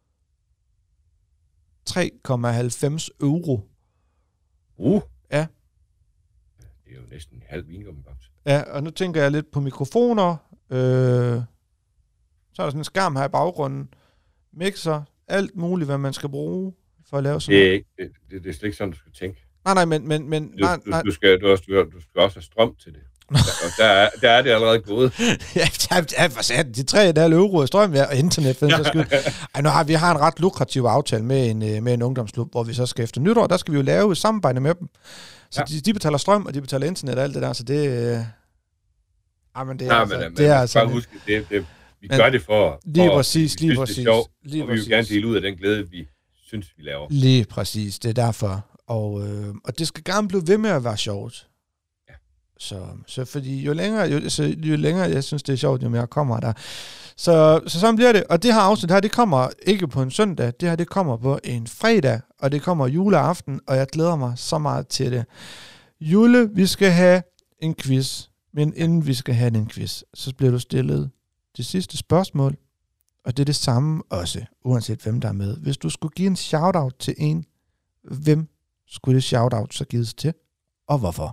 3,90 euro. Ja. Det er jo næsten en halv vingummibamse. Ja, og nu tænker jeg lidt på mikrofoner. Så er der sådan en skærm her i baggrunden. Mixer, alt muligt, hvad man skal bruge for at lave sådan Det er ikke, det er slet ikke sådan, du skal tænke. Nej, men Du skal også have strøm til det. Og der er det allerede gået. Ja, for satan, de 3,5 euro i strøm, ja, og internet, for den skyld. Ej, vi har en ret lukrativ aftale med en ungdomsklub, hvor vi så skal efter nytår, der skal vi jo lave et samarbejde med dem. Så de betaler strøm, og de betaler internet og alt det der, så det... men det er det er altså... Bare huske, vi gør det for... Lige præcis. Det er sjovt, og vi vil gerne dele ud af den glæde, vi synes, vi laver. Lige præcis, det er derfor. Og det skal gerne blive ved med at være sjovt. Ja. Så fordi jo længere jeg synes, det er sjovt, jo mere kommer der. Så sådan bliver det. Og det her afsnit her, det kommer ikke på en søndag. Det her, det kommer på en fredag, og det kommer juleaften, og jeg glæder mig så meget til det. Jule, vi skal have en quiz. Men inden vi skal have en quiz, så bliver du stillet det sidste spørgsmål, og det er det samme også, uanset hvem der er med. Hvis du skulle give en shout-out til en, hvem skulle det shout-out så gives til, og hvorfor?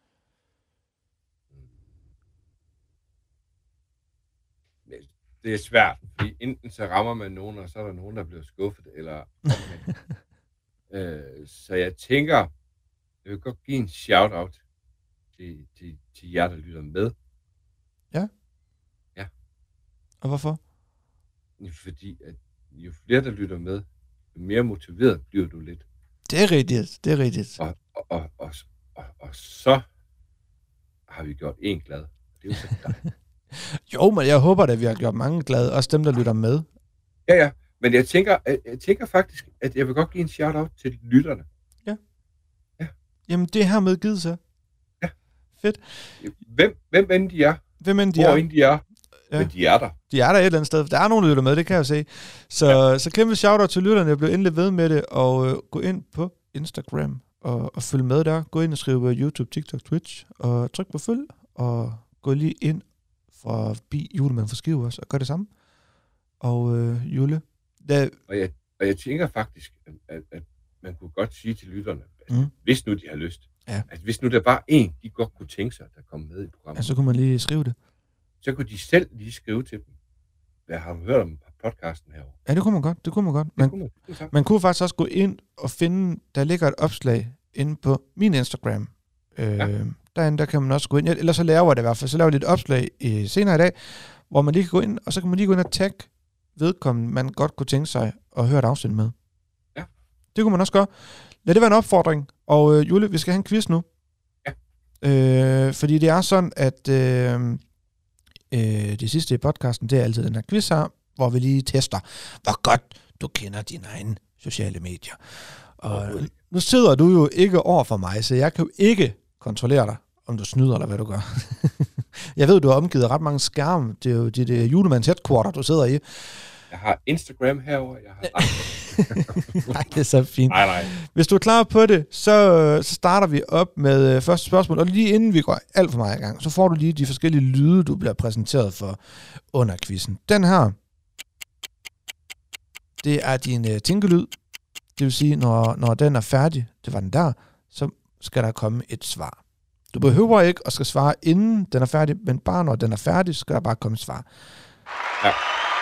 Det er svært, fordi enten så rammer man nogen, og så er der nogen, der bliver skuffet, eller så jeg tænker, jeg vil godt give en shout-out til jer, der lytter med. Ja? Ja. Og hvorfor? Fordi at jo flere, der lytter med, jo mere motiveret bliver du lidt. Det er rigtigt. Og så har vi gjort en glad. Det er jo så dejligt. Jo, men jeg håber da, vi har gjort mange glade, også dem, der lytter med. Ja. Men jeg tænker faktisk, at jeg vil godt give en shout-out til lytterne. Ja. Jamen, det er hermed givet så. Ja. Fedt. Hvem end de er. Hvor end de er. Ja. Men de er der. De er der et eller andet sted. Der er nogen, der lytter med, det kan jeg se. Så kæmpe shout-out til lytterne. Jeg blev endelig ved med det. Og gå ind på Instagram og følg med der. Gå ind og skriv YouTube, TikTok, Twitch. Og tryk på følg. Og gå lige ind forbi Julemand for Skive også. Og gør det samme. Og Jule. Og jeg tænker faktisk, at man kunne godt sige til lytterne, hvis nu de har lyst. Ja. At hvis nu der var en, de godt kunne tænke sig, der kom med i programmet. Ja, så kunne man lige skrive det. Så kunne de selv lige skrive til dem. Hvad har du hørt om podcasten herovre? Ja, det kunne man godt. Man kunne faktisk også gå ind og finde, der ligger et opslag inde på min Instagram. Derinde, der kan man også gå ind. Ellers så laver jeg det i hvert fald. Så laver jeg et opslag senere i dag, hvor man lige kan gå ind, og så kan man lige gå ind og tagge vedkommende, man godt kunne tænke sig at høre et afsnit med. Ja. Det kunne man også gøre. Lad det være en opfordring. Og Jule, vi skal have en quiz nu. Ja. Fordi det er sådan, at det sidste i podcasten, det er altid den her quiz her, hvor vi lige tester, hvor godt du kender dine egne sociale medier. Og nu sidder du jo ikke over for mig, så jeg kan jo ikke kontrollere dig, om du snyder, eller hvad du gør. Jeg ved, du har omgivet ret mange skærme. Det er jo dit julemands headquarter, du sidder i. Jeg har Instagram herover. Nej, det er så fint. Nej. Hvis du er klar på det, så starter vi op med første spørgsmål. Og lige inden vi går alt for meget i gang, så får du lige de forskellige lyde, du bliver præsenteret for under quizzen. Den her, det er din tænkelyd. Det vil sige, når den er færdig, det var den der, så skal der komme et svar. Du behøver ikke at skal svare, inden den er færdig, men bare når den er færdig, skal der bare komme et svar. Ja.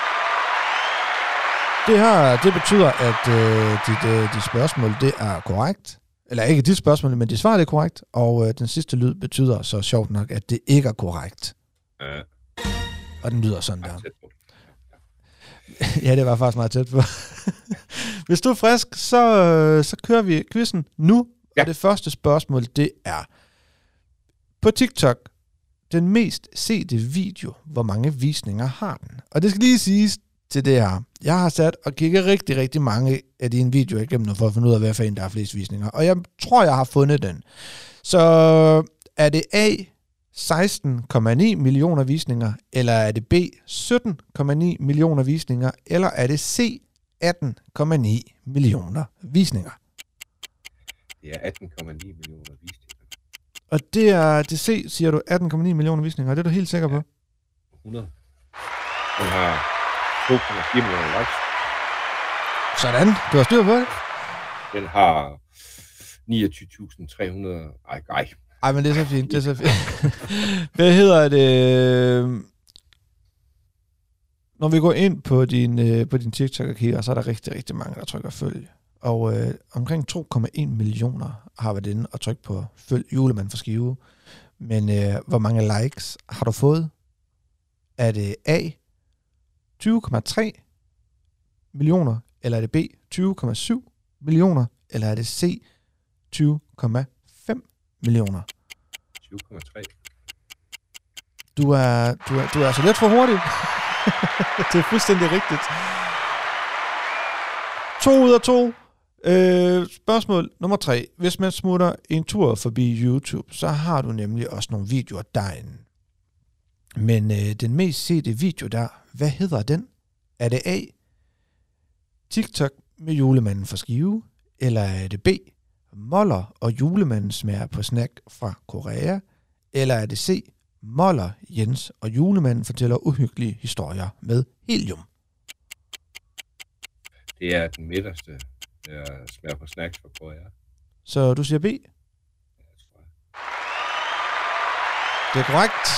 Det her, det betyder, at dit spørgsmål, det er korrekt. Eller ikke dit spørgsmål, men dit svar, det er korrekt. Og den sidste lyd betyder så sjovt nok, at det ikke er korrekt. Ja. Og den lyder sådan der. Ja, det var faktisk meget tæt på. Hvis du er frisk, så kører vi quizzen nu. Ja. Og det første spørgsmål, det er: på TikTok, den mest sete video, hvor mange visninger har den? Og det skal lige siges til det her. Jeg har sat og kigget rigtig, rigtig mange af dine videoer igennem for at finde ud af, hvad for en, der har flest visninger. Og jeg tror, jeg har fundet den. Så er det A, 16,9 millioner visninger, eller er det B, 17,9 millioner visninger, eller er det C, 18,9 millioner visninger? Det er 18,9 millioner visninger. Og det er det C, siger du, 18,9 millioner visninger. Det er du helt sikker på? 100. Den har 2,4 millioner likes. Sådan, du har styr på det. Den har 29.300... Ej. Ej, men det er så fint, det er så fint. Hvad hedder det? Når vi går ind på din TikTok og kigger, så er der rigtig, rigtig mange, der trykker følg. Og omkring 2,1 millioner har været inde og trykke på følg Julemand for Skive. Men hvor mange likes har du fået? Er det A, 20,3 millioner, eller er det B, 20,7 millioner, eller er det C, 20,5 millioner? 20,3. Du er så let for hurtigt. Det er fuldstændig rigtigt. 2 ud af 2. Spørgsmål nummer 3. Hvis man smutter en tur forbi YouTube, så har du nemlig også nogle videoer derinde. Men den mest sete video der, hvad hedder den? Er det A, TikTok med julemanden fra Skive, eller er det B, Moller og julemanden smager på snack fra Korea, eller er det C, Moller, Jens og julemanden fortæller uhyggelige historier med helium? Det er den midterste, der smager på snacks fra Korea. Så du siger B? Det er korrekt.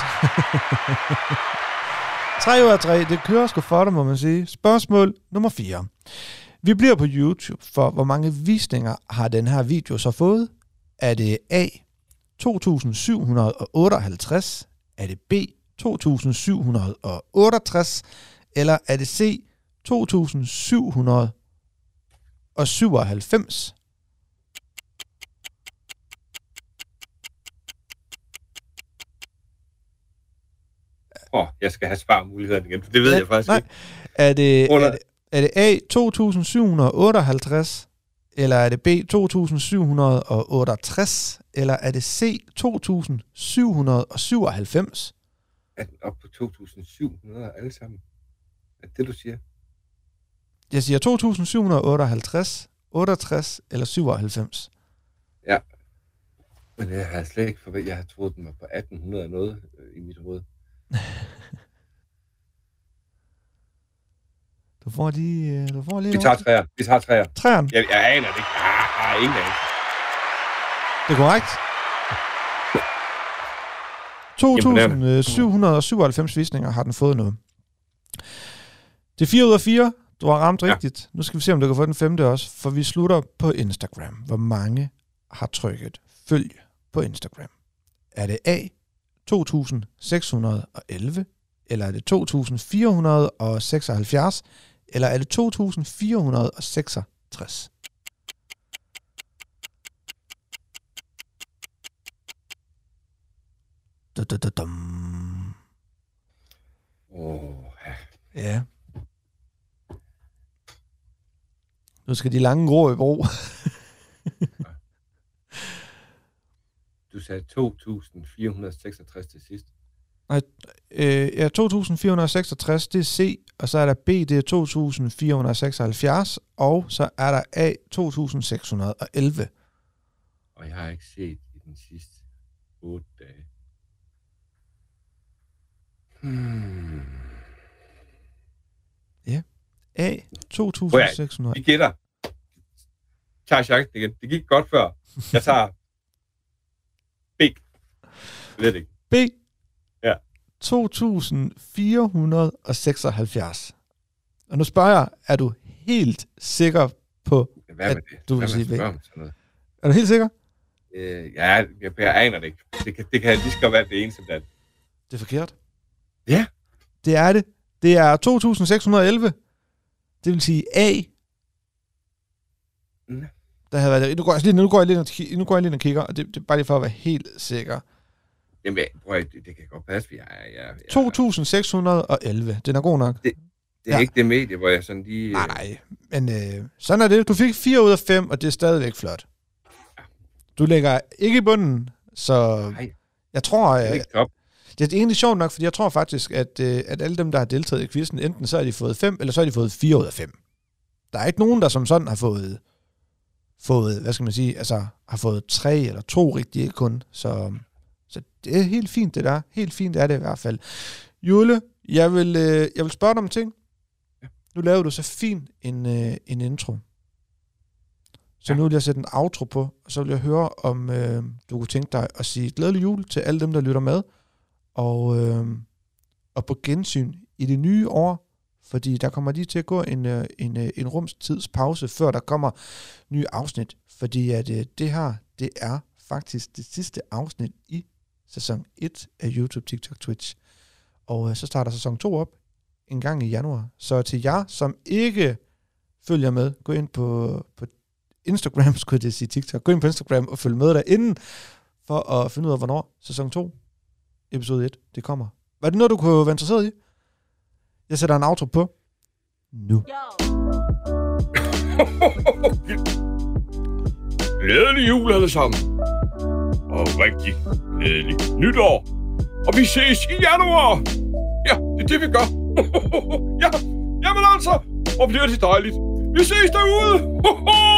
3 ud af 3. Det kører sgu for dig, må man sige. Spørgsmål nummer 4. Vi bliver på YouTube, for hvor mange visninger har den her video så fået? Er det A, 2.758? Er det B, 2.768? Eller er det C, 2.797? Jeg skal have svarmulighederne igen, for det ved jeg faktisk ikke. Er det A, 2.758? Eller er det B, 2.768? Eller er det C, 2.797? Er den op på 2.700 alle sammen? Er det du siger? Jeg siger 2.758, 68 eller 97. Ja. Men jeg har slet ikke forventet. Jeg har troet, den var på 1.800 noget i mit hoved. Du får lige... Vi tager træer. Træerne? Jeg aner det ikke. Jeg ingen af. Det er korrekt. 2.797 visninger har den fået nu. Det er 4 ud af 4. Du har ramt rigtigt. Nu skal vi se, om du kan få den 5. også, for vi slutter på Instagram. Hvor mange har trykket følg på Instagram? Er det A, 2.611, eller er det 2.476, eller er det 2.466? Ja. Nu skal de lange grå i brug. Du sagde 2.466 til sidst. Nej, 2.466, det er C, og så er der B, det er 2.476, og så er der A, 2.611. Og jeg har ikke set i den sidste 8 dage. Ja, A, 2.600. Vi gætter. Tager chancen igen. Det gik godt før. Jeg tager B. Jeg ved det ikke. B. Ja. 2.476. Og nu spørger jeg, er du helt sikker på, at du vil sige B? Er du helt sikker? Ja, jeg aner det ikke. Det kan lige skal være det eneste blandt. Det er forkert. Ja. Det er det. Det er 2.611. Det vil sige A. Der havde været, nu går jeg lige ind og kigger, og det er bare lige for at være helt sikker. Jamen, prøv at, det kan godt passe, jeg 2.611. Den er god nok. Det er ikke det medie, hvor jeg sådan lige... Nej. Men sådan er det. Du fik 4 ud af 5, og det er stadigvæk flot. Du ligger ikke i bunden, så Nej. Jeg tror... Det er ikke top. Det er egentlig sjovt nok, fordi jeg tror faktisk, at alle dem, der har deltaget i quizzen, enten så har de fået 5, eller så har de fået 4 ud af 5. Der er ikke nogen, der som sådan har fået hvad skal man sige, altså har fået 3 eller 2 rigtige kun. Så det er helt fint, det der. Helt fint er det i hvert fald. Jule, jeg vil spørge dig om ting. Ja. Nu laver du så fint en intro. Så nu vil jeg sætte en outro på, og så vil jeg høre, om du kunne tænke dig at sige glædelig jul til alle dem, der lytter med. Og på gensyn i det nye år, fordi der kommer lige til at gå en rumstidspause, før der kommer nye afsnit. Fordi at det her, det er faktisk det sidste afsnit i sæson 1 af YouTube, TikTok, Twitch. Og så starter sæson 2 op en gang i januar. Så til jer, som ikke følger med, gå ind på Instagram, skulle jeg sige TikTok, gå ind på Instagram og følg med derinde, for at finde ud af, hvornår sæson 2, episode 1, det kommer. Var det noget, du kunne være interesseret i? Jeg sætter en outro på nu. Glædelig jul alle sammen. Og rigtig glædelig nytår. Og vi ses i januar. Ja, det er det, vi gør. Ja, jamen altså. Og bliver det dejligt. Vi ses derude.